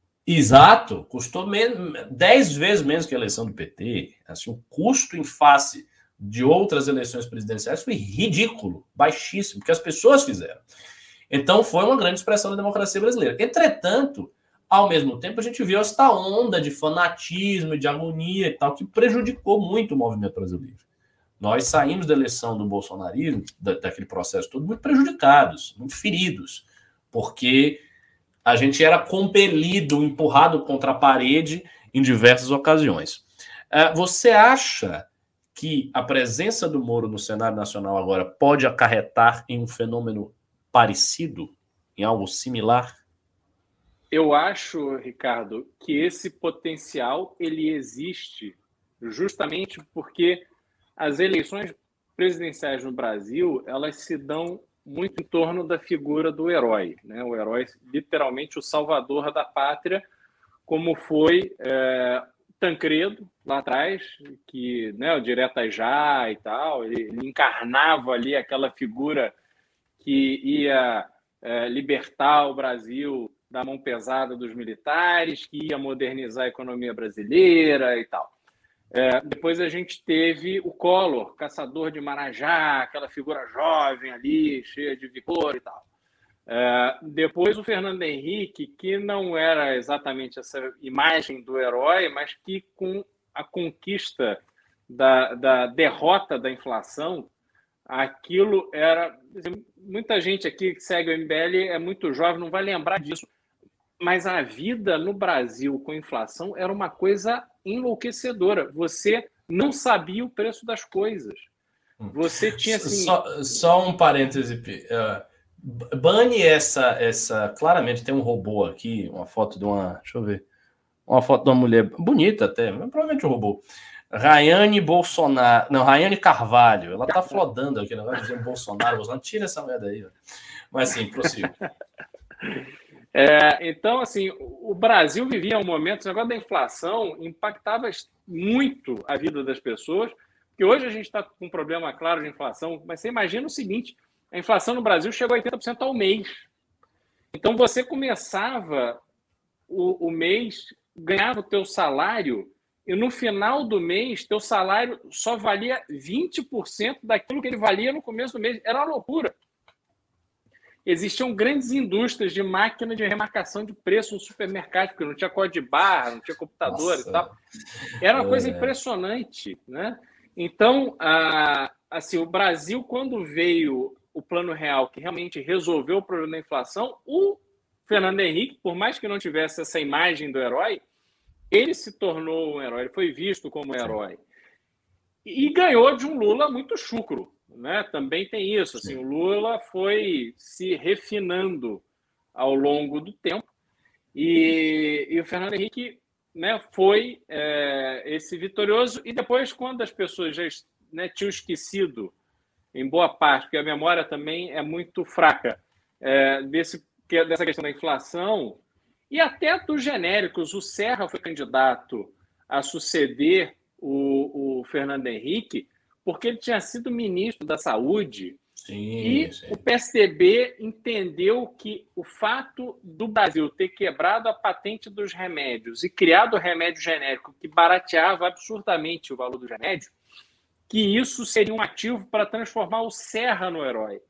Speaker 2: Exato, custou 10 vezes menos que a eleição do PT. Assim, o custo em face de outras eleições presidenciais foi ridículo, baixíssimo, porque as pessoas fizeram. Então, foi uma grande expressão da democracia brasileira. Entretanto, ao mesmo tempo, a gente viu esta onda de fanatismo, de agonia e tal, que prejudicou muito o movimento brasileiro. Nós saímos da eleição do bolsonarismo, daquele processo todo, muito prejudicados, muito feridos, porque a gente era compelido, empurrado contra a parede em diversas ocasiões. Você acha que a presença do Moro no cenário nacional agora pode acarretar em um fenômeno parecido, em algo similar?
Speaker 1: Eu acho, Ricardo, que esse potencial ele existe justamente porque as eleições presidenciais no Brasil, elas se dão muito em torno da figura do herói, né? O herói, literalmente, o salvador da pátria, como foi Tancredo, lá atrás, que, né, o Diretas Já e tal, ele encarnava ali aquela figura que ia libertar o Brasil da mão pesada dos militares, que ia modernizar a economia brasileira e tal. Depois a gente teve o Collor, caçador de Marajá, aquela figura jovem ali, cheia de vigor e tal. Depois o Fernando Henrique, que não era exatamente essa imagem do herói, mas que com a conquista da derrota da inflação, aquilo era... Muita gente aqui que segue o MBL é muito jovem, não vai lembrar disso. Mas a vida no Brasil com inflação era uma coisa enlouquecedora. Você não sabia o preço das coisas. Você tinha assim...
Speaker 2: Só um parêntese. Bane essa... Claramente tem um robô aqui, uma foto de uma... Deixa eu ver. Uma foto de uma mulher bonita até, mas provavelmente um robô. Rayane Bolsonaro... Não, Rayane Carvalho. Ela tá flodando aqui, negócio dizendo Bolsonaro. Tira essa merda aí. Mas sim, prossiga.
Speaker 1: Então, assim, o Brasil vivia um momento, esse negócio da inflação impactava muito a vida das pessoas, Porque hoje a gente está com um problema claro de inflação, mas você imagina o seguinte, a inflação no Brasil chegou a 80% ao mês. Então, você começava o mês, ganhava o teu salário, e no final do mês, teu salário só valia 20% daquilo que ele valia no começo do mês. Era uma loucura. Existiam grandes indústrias de máquina de remarcação de preço no supermercado, porque não tinha código de barra, não tinha computador e tal. Era uma coisa impressionante, né? Então, assim, o Brasil, quando veio o Plano Real, que realmente resolveu o problema da inflação, o Fernando Henrique, por mais que não tivesse essa imagem do herói, ele se tornou um herói, ele foi visto como um herói. E ganhou de um Lula muito chucro, né? Também tem isso. Assim, o Lula foi se refinando ao longo do tempo e o Fernando Henrique, né, foi esse vitorioso. E depois, quando as pessoas já, né, tinham esquecido, em boa parte, porque a memória também é muito fraca, dessa questão da inflação e até dos genéricos. O Serra foi candidato a suceder o Fernando Henrique porque ele tinha sido ministro da Saúde. Sim. O PSDB entendeu que o fato do Brasil ter quebrado a patente dos remédios e criado o remédio genérico que barateava absurdamente o valor do remédio, que isso seria um ativo para transformar o Serra no herói.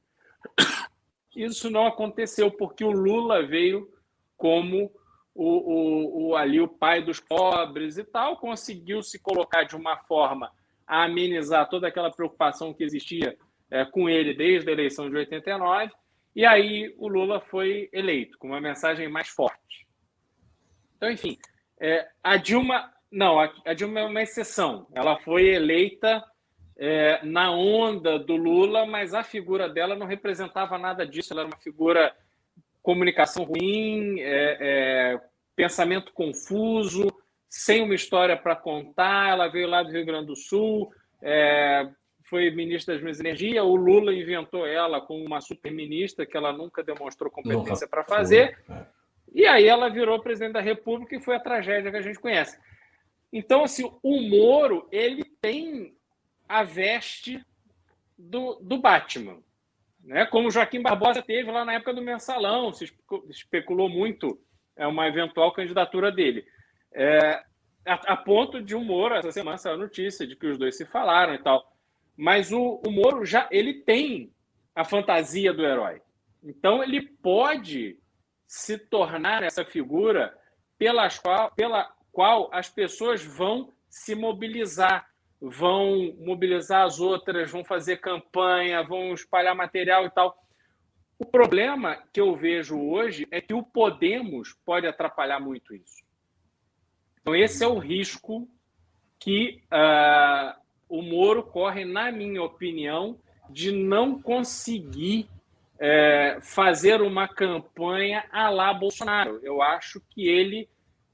Speaker 1: Isso não aconteceu, porque o Lula veio como ali o pai dos pobres e tal, conseguiu se colocar de uma forma a amenizar toda aquela preocupação que existia com ele desde a eleição de 89, e aí o Lula foi eleito com uma mensagem mais forte. Então, enfim, a Dilma... Não, a Dilma é uma exceção. Ela foi eleita na onda do Lula, mas a figura dela não representava nada disso. Ela era uma figura comunicação ruim, pensamento confuso, sem uma história para contar. Ela veio lá do Rio Grande do Sul, foi ministra das Minas e Energia. O Lula inventou ela como uma super-ministra que ela nunca demonstrou competência para fazer. E aí ela virou presidente da República e foi a tragédia que a gente conhece. Então, assim, o Moro, ele tem a veste do Batman, né? Como o Joaquim Barbosa teve lá na época do Mensalão, se especulou muito uma eventual candidatura dele. A ponto de o Moro, essa semana saiu a notícia de que os dois se falaram e tal. Mas o Moro ele tem a fantasia do herói. Então ele pode se tornar essa figura pela qual as pessoas vão se mobilizar, vão mobilizar as outras, vão fazer campanha, vão espalhar material e tal. O problema que eu vejo hoje é que o Podemos pode atrapalhar muito isso. Então, esse é o risco que o Moro corre, na minha opinião, de não conseguir fazer uma campanha à la Bolsonaro. Eu acho que ele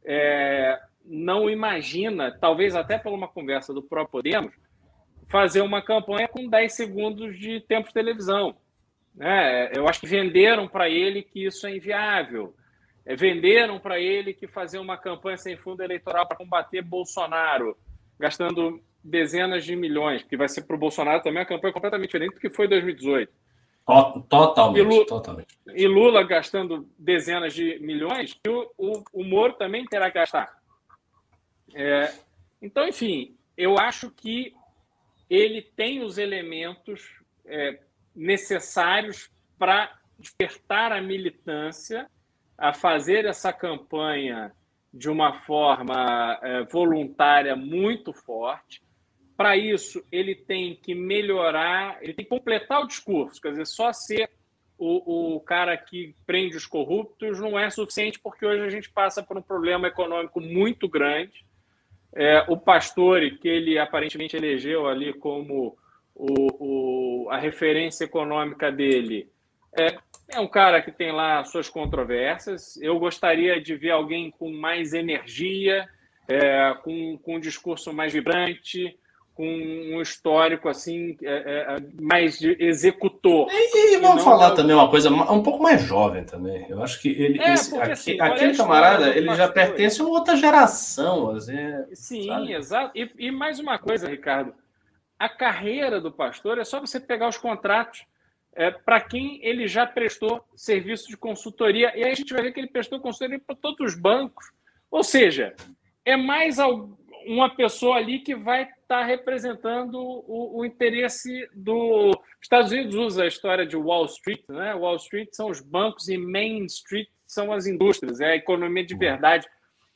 Speaker 1: não imagina, talvez até por uma conversa do próprio Podemos, fazer uma campanha com 10 segundos de tempo de televisão. Eu acho que venderam para ele que isso é inviável. Venderam para ele que fazer uma campanha sem fundo eleitoral para combater Bolsonaro, gastando dezenas de milhões, que vai ser para o Bolsonaro também uma campanha completamente diferente do que foi em 2018.
Speaker 2: Totalmente.
Speaker 1: E Lula gastando dezenas de milhões, e o Moro também terá que gastar. Então, enfim, eu acho que ele tem os elementos necessários para despertar a militância a fazer essa campanha de uma forma voluntária muito forte. Para isso, ele tem que melhorar, ele tem que completar o discurso. Quer dizer, só ser o cara que prende os corruptos não é suficiente, porque hoje a gente passa por um problema econômico muito grande. O Pastore, que ele aparentemente elegeu ali como a referência econômica dele, é um cara que tem lá suas controvérsias. Eu gostaria de ver alguém com mais energia, com um discurso mais vibrante, com um histórico assim mais de executor.
Speaker 2: E vamos falar também uma coisa um pouco mais jovem também. Eu acho que ele, aquele camarada, ele já pertence a uma outra geração. Assim,
Speaker 1: sim, sabe? Exato. E mais uma coisa, Ricardo. a carreira do pastor é só você pegar os contratos para quem ele já prestou serviço de consultoria. E aí a gente vai ver que ele prestou consultoria para todos os bancos. Ou seja, é mais uma pessoa ali que vai estar representando o interesse dos Estados Unidos. Usa a história de Wall Street, né? Wall Street são os bancos e Main Street são as indústrias, é a economia de verdade,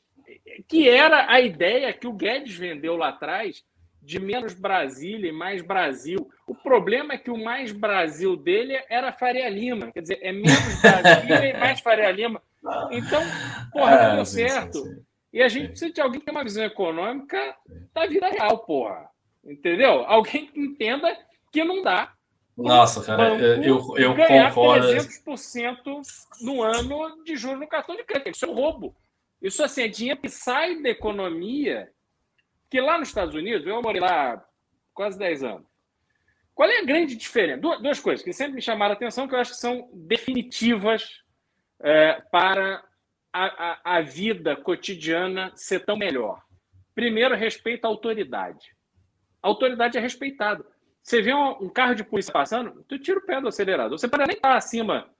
Speaker 1: que era a ideia que o Guedes vendeu lá atrás de menos Brasília e mais Brasil. O problema é que o mais Brasil dele era Faria Lima, quer dizer, é menos Brasília e mais Faria Lima. Então, porra, não deu certo. Sim. E a gente precisa de alguém que tem uma visão econômica da vida real, porra. Entendeu? Alguém que entenda que não dá.
Speaker 2: Nossa, cara, eu
Speaker 1: ganhar
Speaker 2: concordo.
Speaker 1: 300% no ano de juros no cartão de crédito. Isso é um roubo. Isso assim, é dinheiro que sai da economia. Que lá nos Estados Unidos, eu morei lá quase 10 anos. Qual é a grande diferença? Duas coisas que sempre me chamaram a atenção, que eu acho que são definitivas para a vida cotidiana ser tão melhor. Primeiro, respeito à autoridade. A autoridade é respeitada. Você vê um carro de polícia passando, tu tira o pé do acelerador. Você pode nem estar acima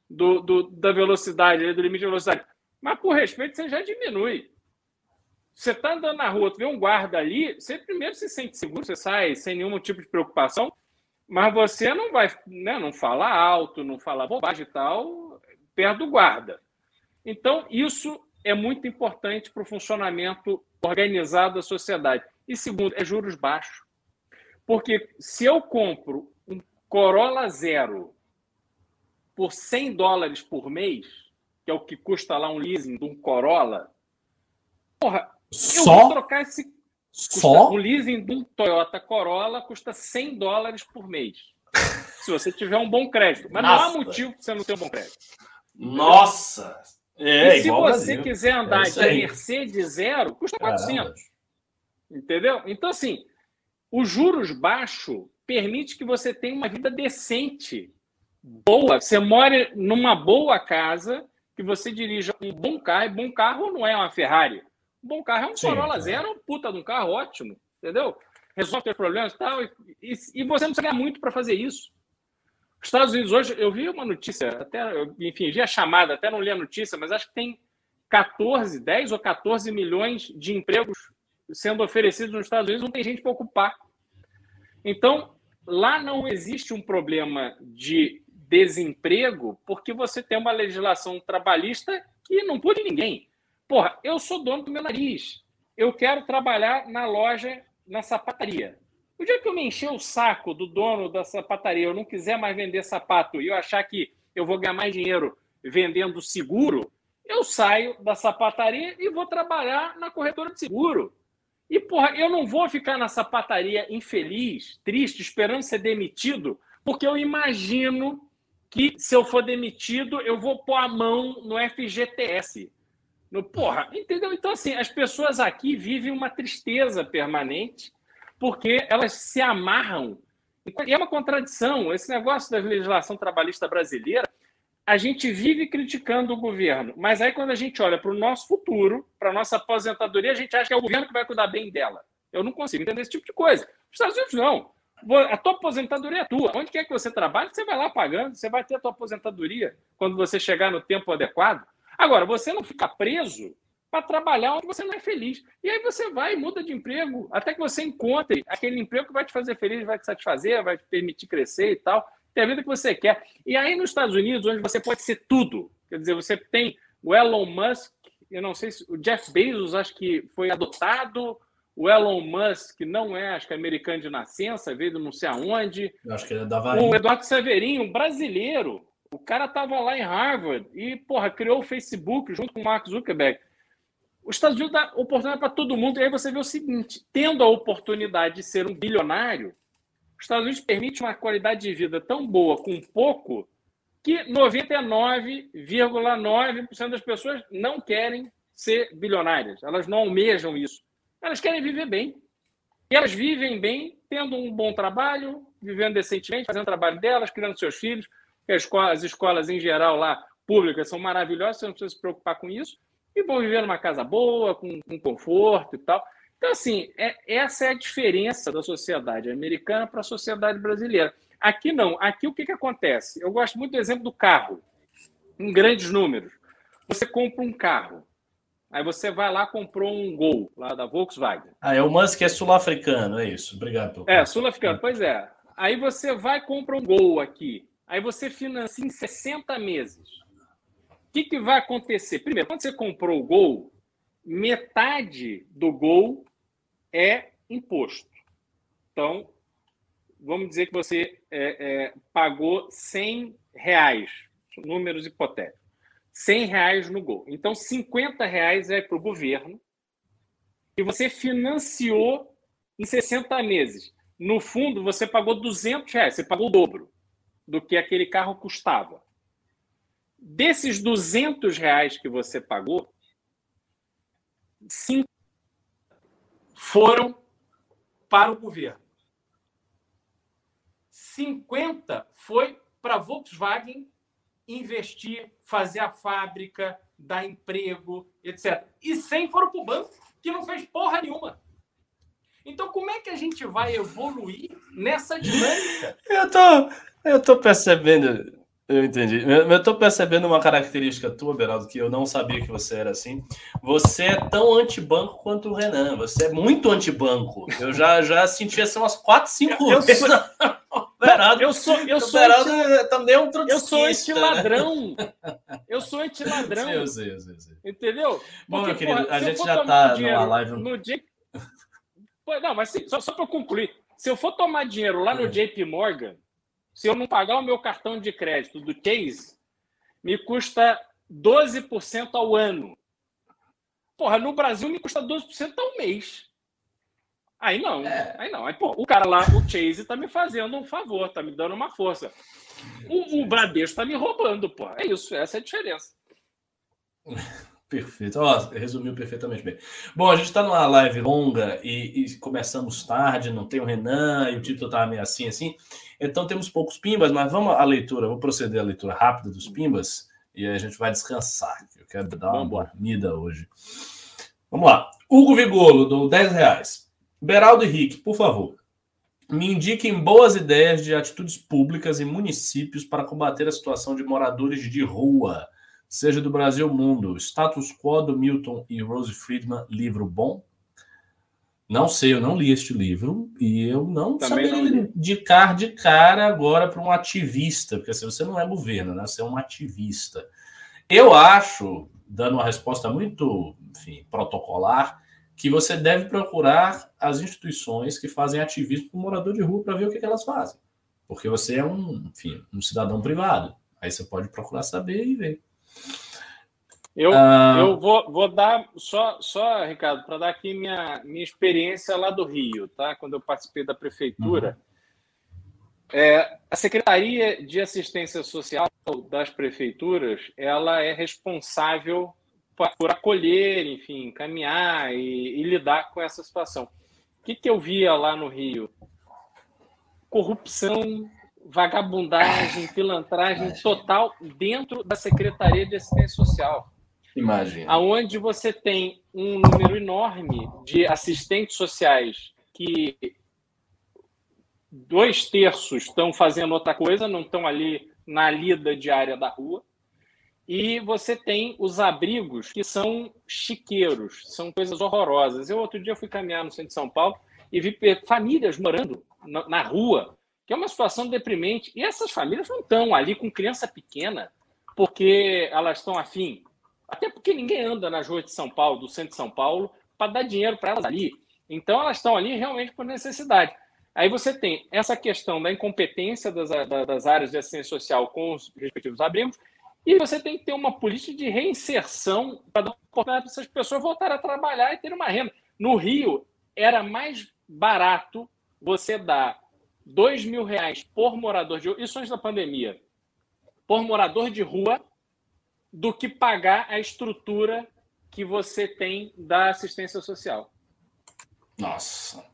Speaker 1: da velocidade, do limite de velocidade. Mas, por respeito, você já diminui. Você está andando na rua, tu vê um guarda ali, você primeiro se sente seguro, você sai sem nenhum tipo de preocupação, mas você não vai, né, não fala alto, não fala bobagem e tal, perto do guarda. Então, isso é muito importante para o funcionamento organizado da sociedade. E segundo, é juros baixos. Porque se eu compro um Corolla Zero por $100 por mês, que é o que custa lá um leasing de um Corolla, porra, eu vou trocar esse... Um leasing de um Toyota Corolla custa $100 por mês. Se você tiver um bom crédito. Mas não há motivo para você não ter um bom crédito.
Speaker 2: Nossa!
Speaker 1: E se você quiser andar de Mercedes Zero, custa 400. Entendeu? Então, assim, os juros baixos permite que você tenha uma vida decente, boa. Você mora numa boa casa, que você dirija um bom carro. E bom carro não é uma Ferrari. Um bom carro é um Corolla Zero, um puta de um carro ótimo, entendeu? Resolve os problemas e tal. E você não precisa ganhar muito para fazer isso. Os Estados Unidos hoje, eu vi uma notícia, enfim, vi a chamada, até não li a notícia, mas acho que tem 10 ou 14 milhões de empregos sendo oferecidos nos Estados Unidos, não tem gente para ocupar. Então, lá não existe um problema de desemprego, porque você tem uma legislação trabalhista que não pune ninguém. Porra, eu sou dono do meu nariz. Eu quero trabalhar na loja, na sapataria. O dia que eu me encher o saco do dono da sapataria, eu não quiser mais vender sapato e eu achar que eu vou ganhar mais dinheiro vendendo seguro, eu saio da sapataria e vou trabalhar na corretora de seguro. E, porra, eu não vou ficar na sapataria infeliz, triste, esperando ser demitido, porque eu imagino que, se eu for demitido, eu vou pôr a mão no FGTS. Porra, entendeu? Então, assim, as pessoas aqui vivem uma tristeza permanente porque elas se amarram. E é uma contradição. Esse negócio da legislação trabalhista brasileira, a gente vive criticando o governo, mas aí quando a gente olha para o nosso futuro, para a nossa aposentadoria, a gente acha que é o governo que vai cuidar bem dela. Eu não consigo entender esse tipo de coisa. Os Estados Unidos não. A tua aposentadoria é tua. Onde quer que você trabalhe, você vai lá pagando, você vai ter a tua aposentadoria quando você chegar no tempo adequado. Agora, você não fica preso para trabalhar onde você não é feliz. E aí você vai e muda de emprego, até que você encontre aquele emprego que vai te fazer feliz, vai te satisfazer, vai te permitir crescer e tal. Tem a vida que você quer. E aí nos Estados Unidos, onde você pode ser tudo, quer dizer, você tem o Elon Musk, eu não sei se o Jeff Bezos, acho que foi adotado, o Elon Musk não é, acho que é americano de nascença, veio de não sei aonde.
Speaker 2: Eu acho que ele é da Bahia.
Speaker 1: O Eduardo Severinho, um brasileiro, o cara estava lá em Harvard e, porra, criou o Facebook junto com o Mark Zuckerberg. Os Estados Unidos dá oportunidade para todo mundo. E aí você vê o seguinte, tendo a oportunidade de ser um bilionário, os Estados Unidos permite uma qualidade de vida tão boa com pouco que 99,9% das pessoas não querem ser bilionárias. Elas não almejam isso. Elas querem viver bem. E elas vivem bem tendo um bom trabalho, vivendo decentemente, fazendo o trabalho delas, criando seus filhos. As escolas, em geral, lá, públicas, são maravilhosas, você não precisa se preocupar com isso. E vão viver numa casa boa, com conforto e tal. Então, assim, essa é a diferença da sociedade americana para a sociedade brasileira. Aqui não. Aqui o que acontece? Eu gosto muito do exemplo do carro, em grandes números. Você compra um carro, aí você vai lá, comprou um Gol, lá da Volkswagen.
Speaker 2: É o Musk é sul-africano, é isso. Obrigado.
Speaker 1: Sul-africano, pois é. Aí você vai e compra um Gol aqui. Aí você financia em 60 meses. O que vai acontecer? Primeiro, quando você comprou o Gol, metade do Gol é imposto. Então, vamos dizer que você pagou R$100, números hipotéticos. R$100 no Gol. Então, R$50 é para o governo e você financiou em 60 meses. No fundo, você pagou R$200, você pagou o dobro do que aquele carro custava. Desses R$200 que você pagou, 5 foram para o governo. 50 foi para a Volkswagen investir, fazer a fábrica, dar emprego, etc. E 100 foram para o banco, que não fez porra nenhuma. Então, como é que a gente vai evoluir nessa dinâmica?
Speaker 2: Eu tô percebendo, eu entendi. Eu tô percebendo uma característica tua, Beraldo, que eu não sabia que você era assim. Você é tão antibanco quanto o Renan. Você é muito antibanco. Eu já senti assim umas 4, 5 vezes.
Speaker 1: Eu sou anti-ladrão. Eu sou anti-ladrão.
Speaker 2: Eu sei.
Speaker 1: Entendeu?
Speaker 2: Bom, meu querido, a gente já tá numa live.
Speaker 1: Não, mas só para eu concluir. Se eu for tomar dinheiro lá no JP Morgan, se eu não pagar o meu cartão de crédito do Chase, me custa 12% ao ano. Porra, no Brasil me custa 12% ao mês. Aí não. Aí, pô, o cara lá, o Chase, tá me fazendo um favor, tá me dando uma força. O Bradesco tá me roubando, pô. É isso, essa é a diferença.
Speaker 2: Perfeito. Resumiu perfeitamente bem. Bom, a gente está numa live longa e começamos tarde, não tem o Renan e o título estava meio assim. Então temos poucos pimbas, mas vamos à leitura. Vou proceder à leitura rápida dos pimbas e a gente vai descansar. Eu quero dar uma dormida hoje. Vamos lá. Hugo Vigolo, do R$10. Beraldo e Rick, por favor, me indiquem boas ideias de atitudes públicas em municípios para combater a situação de moradores de rua, seja do Brasil ou mundo. Status Quo, do Milton e Rose Friedman, livro bom? Não sei, eu não li este livro e eu não saberia indicar de cara agora para um ativista, porque assim, você não é governo, né? Você é um ativista. Eu acho, dando uma resposta muito, protocolar, que você deve procurar as instituições que fazem ativismo para o morador de rua para ver o que elas fazem. Porque você é um cidadão privado. Aí você pode procurar saber e ver.
Speaker 1: Eu vou dar só, Ricardo, para dar aqui minha experiência lá do Rio, tá? Quando eu participei da prefeitura. A Secretaria de Assistência Social das prefeituras, ela é responsável por acolher, enfim, encaminhar e lidar com essa situação. O que eu via lá no Rio? Corrupção, vagabundagem, pilantragem total dentro da Secretaria de Assistência Social.
Speaker 2: Imagina.
Speaker 1: Onde você tem um número enorme de assistentes sociais que 2/3 estão fazendo outra coisa, não estão ali na lida diária da rua. E você tem os abrigos que são chiqueiros, são coisas horrorosas. Eu outro dia fui caminhar no centro de São Paulo e vi famílias morando na rua, que é uma situação deprimente. E essas famílias não estão ali com criança pequena porque elas estão afim. Até porque ninguém anda nas ruas de São Paulo, do centro de São Paulo, para dar dinheiro para elas ali. Então, elas estão ali realmente por necessidade. Aí você tem essa questão da incompetência das áreas de assistência social com os respectivos abrigos, e você tem que ter uma política de reinserção para dar oportunidade para essas pessoas voltarem a trabalhar e terem uma renda. No Rio, era mais barato você dar R$2.000 por morador de rua, isso antes da pandemia, por morador de rua, do que pagar a estrutura que você tem da assistência social.
Speaker 2: Nossa.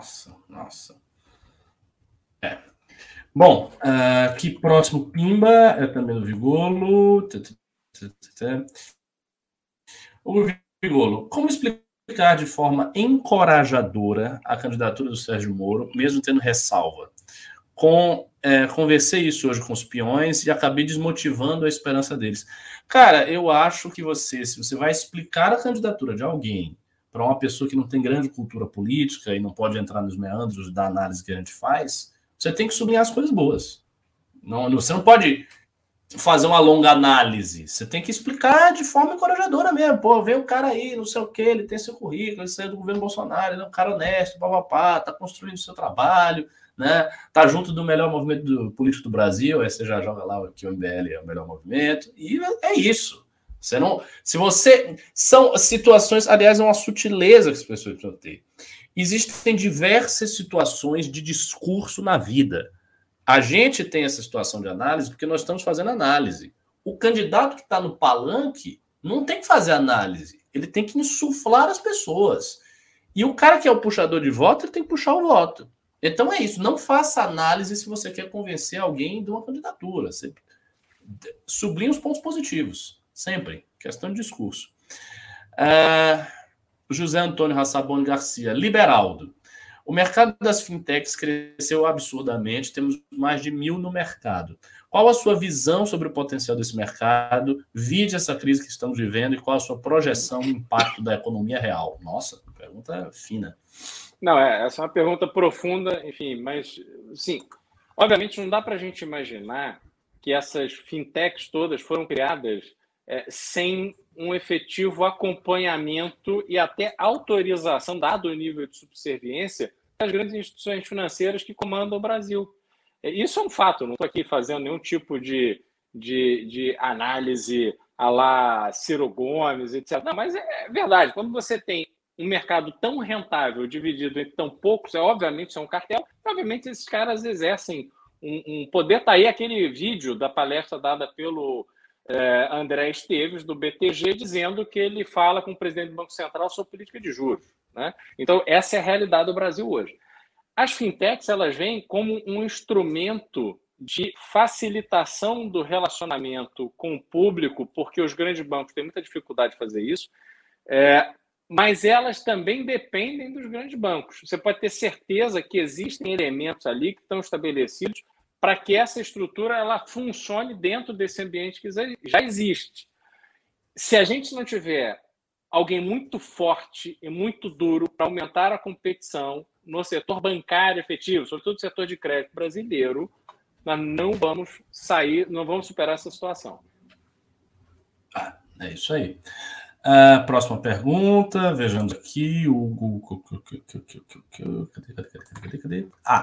Speaker 2: Bom, aqui próximo Pimba, é também do Vigolo. O Vigolo, como explicar explicar de forma encorajadora a candidatura do Sérgio Moro, mesmo tendo ressalva. Conversei isso hoje com os peões e acabei desmotivando a esperança deles. Cara, eu acho que se você vai explicar a candidatura de alguém para uma pessoa que não tem grande cultura política e não pode entrar nos meandros da análise que a gente faz, você tem que sublinhar as coisas boas. Você não pode fazer uma longa análise. Você tem que explicar de forma encorajadora mesmo. Pô, vê o cara aí, não sei o quê, ele tem seu currículo, ele saiu do governo Bolsonaro, ele é um cara honesto, papapá, tá construindo o seu trabalho, né? Tá junto do melhor movimento político do Brasil, aí você já joga lá que o MBL é o melhor movimento, e é isso. São situações, aliás, é uma sutileza que as pessoas precisam ter. Existem diversas situações de discurso na vida. A gente tem essa situação de análise porque nós estamos fazendo análise. O candidato que está no palanque não tem que fazer análise. Ele tem que insuflar as pessoas. E o cara que é o puxador de voto, ele tem que puxar o voto. Então é isso. Não faça análise se você quer convencer alguém de uma candidatura. Você sublinha os pontos positivos. Sempre. Questão de discurso. José Antônio Rassaboni Garcia. Liberaldo. O mercado das fintechs cresceu absurdamente, temos mais de 1.000 no mercado. Qual a sua visão sobre o potencial desse mercado, vide essa crise que estamos vivendo, e qual a sua projeção do impacto da economia real? Nossa, pergunta fina.
Speaker 1: Não, essa é uma pergunta profunda, enfim, mas, sim, obviamente não dá para a gente imaginar que essas fintechs todas foram criadas sem um efetivo acompanhamento e até autorização, dado o nível de subserviência, das grandes instituições financeiras que comandam o Brasil. Isso é um fato, não estou aqui fazendo nenhum tipo de análise à la Ciro Gomes, etc. Não, mas é verdade, quando você tem um mercado tão rentável, dividido entre tão poucos, obviamente isso é um cartel, obviamente esses caras exercem um poder. Está aí aquele vídeo da palestra dada pelo André Esteves, do BTG, dizendo que ele fala com o presidente do Banco Central sobre política de juros, né? Então, essa é a realidade do Brasil hoje. As fintechs, elas vêm como um instrumento de facilitação do relacionamento com o público, porque os grandes bancos têm muita dificuldade de fazer isso, mas elas também dependem dos grandes bancos. Você pode ter certeza que existem elementos ali que estão estabelecidos para que essa estrutura ela funcione dentro desse ambiente que já existe. Se a gente não tiver alguém muito forte e muito duro para aumentar a competição no setor bancário efetivo, sobretudo no setor de crédito brasileiro, nós não vamos superar essa situação.
Speaker 2: É isso aí. Próxima pergunta, vejamos aqui. Cadê?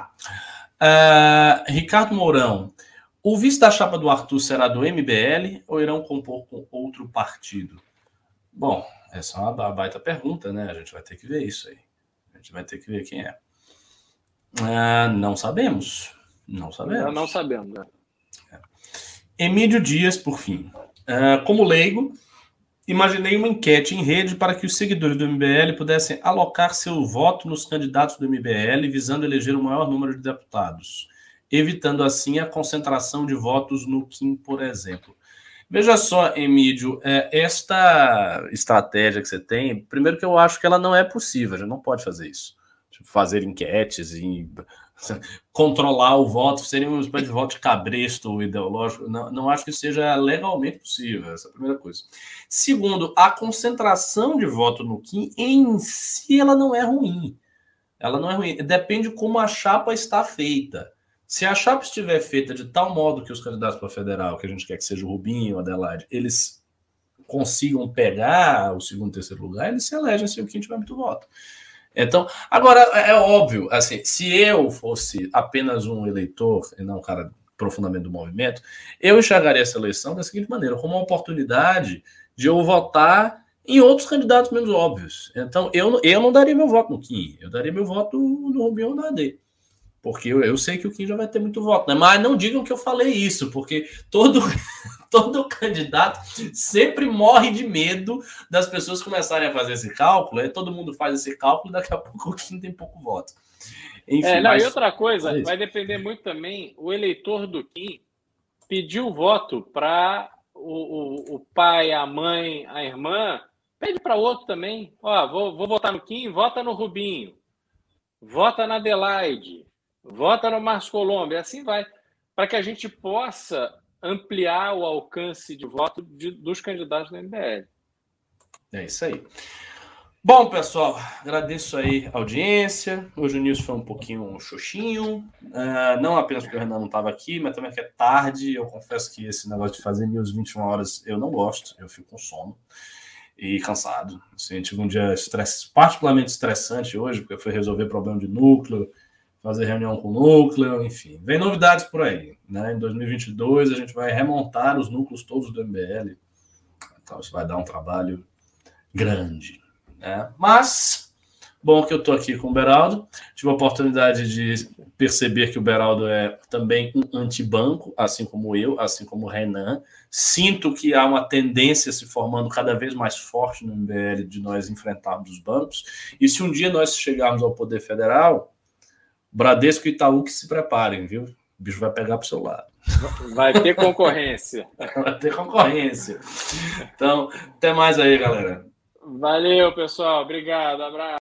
Speaker 2: Ricardo Mourão. O vice da chapa do Arthur será do MBL ou irão compor com outro partido? Bom, essa é uma baita pergunta, né? A gente vai ter que ver isso aí. A gente vai ter que ver quem é. Não sabemos. Não sabemos.
Speaker 1: Né?
Speaker 2: Emílio Dias, por fim. Como leigo, imaginei uma enquete em rede para que os seguidores do MBL pudessem alocar seu voto nos candidatos do MBL, visando eleger o maior número de deputados, evitando assim a concentração de votos no Kim, por exemplo. Veja só, Emílio, esta estratégia que você tem, primeiro que eu acho que ela não é possível, a gente não pode fazer isso. Tipo, fazer enquetes e controlar o voto, seria uma espécie de voto de cabresto ideológico. Não acho que seja legalmente possível, essa é a primeira coisa. Segundo, a concentração de voto no Kim em si ela não é ruim. Ela não é ruim. Depende como a chapa está feita. Se a chapa estiver feita de tal modo que os candidatos para federal, que a gente quer que seja o Rubinho, o Adelaide, eles consigam pegar o segundo e terceiro lugar, eles se elegem se o Kim tiver muito voto. Então, agora, é óbvio, assim, se eu fosse apenas um eleitor e não um cara profundamente do movimento, eu enxergaria essa eleição da seguinte maneira, como uma oportunidade de eu votar em outros candidatos menos óbvios. Então, eu não daria meu voto no Kim, eu daria meu voto no Rubinho ou no AD. Porque eu sei que o Kim já vai ter muito voto, né? Mas não digam que eu falei isso, porque todo candidato sempre morre de medo das pessoas começarem a fazer esse cálculo, aí todo mundo faz esse cálculo, daqui a pouco o Kim tem pouco voto.
Speaker 1: Enfim, e outra coisa, vai depender muito também, o eleitor do Kim pediu voto para o pai, a mãe, a irmã Pede para outro também. Ó, vou votar no Kim, vota no Rubinho. Vota na Adelaide. Vota no Márcio Colombo. E assim vai. Para que a gente possa ampliar o alcance de voto dos candidatos do MBL.
Speaker 2: É isso aí. Bom, pessoal, agradeço aí a audiência. Hoje o News foi um pouquinho xoxinho. Não apenas porque o Renan não estava aqui, mas também que é tarde. Eu confesso que esse negócio de fazer News 21 horas eu não gosto. Eu fico com sono e cansado. Assim, tive um dia particularmente estressante hoje, porque eu fui resolver problema de núcleo, fazer reunião com o núcleo, enfim. Vem novidades por aí, né? Em 2022 a gente vai remontar os núcleos todos do MBL. Então isso vai dar um trabalho grande, né? Mas, bom que eu estou aqui com o Beraldo. Tive a oportunidade de perceber que o Beraldo é também um antibanco, assim como eu, assim como o Renan. Sinto que há uma tendência se formando cada vez mais forte no MBL de nós enfrentarmos os bancos. E se um dia nós chegarmos ao poder federal, Bradesco e Itaú que se preparem, viu? O bicho vai pegar para o seu lado.
Speaker 1: Vai ter concorrência.
Speaker 2: Vai ter concorrência. Então, até mais aí, galera.
Speaker 1: Valeu, pessoal. Obrigado. Abraço.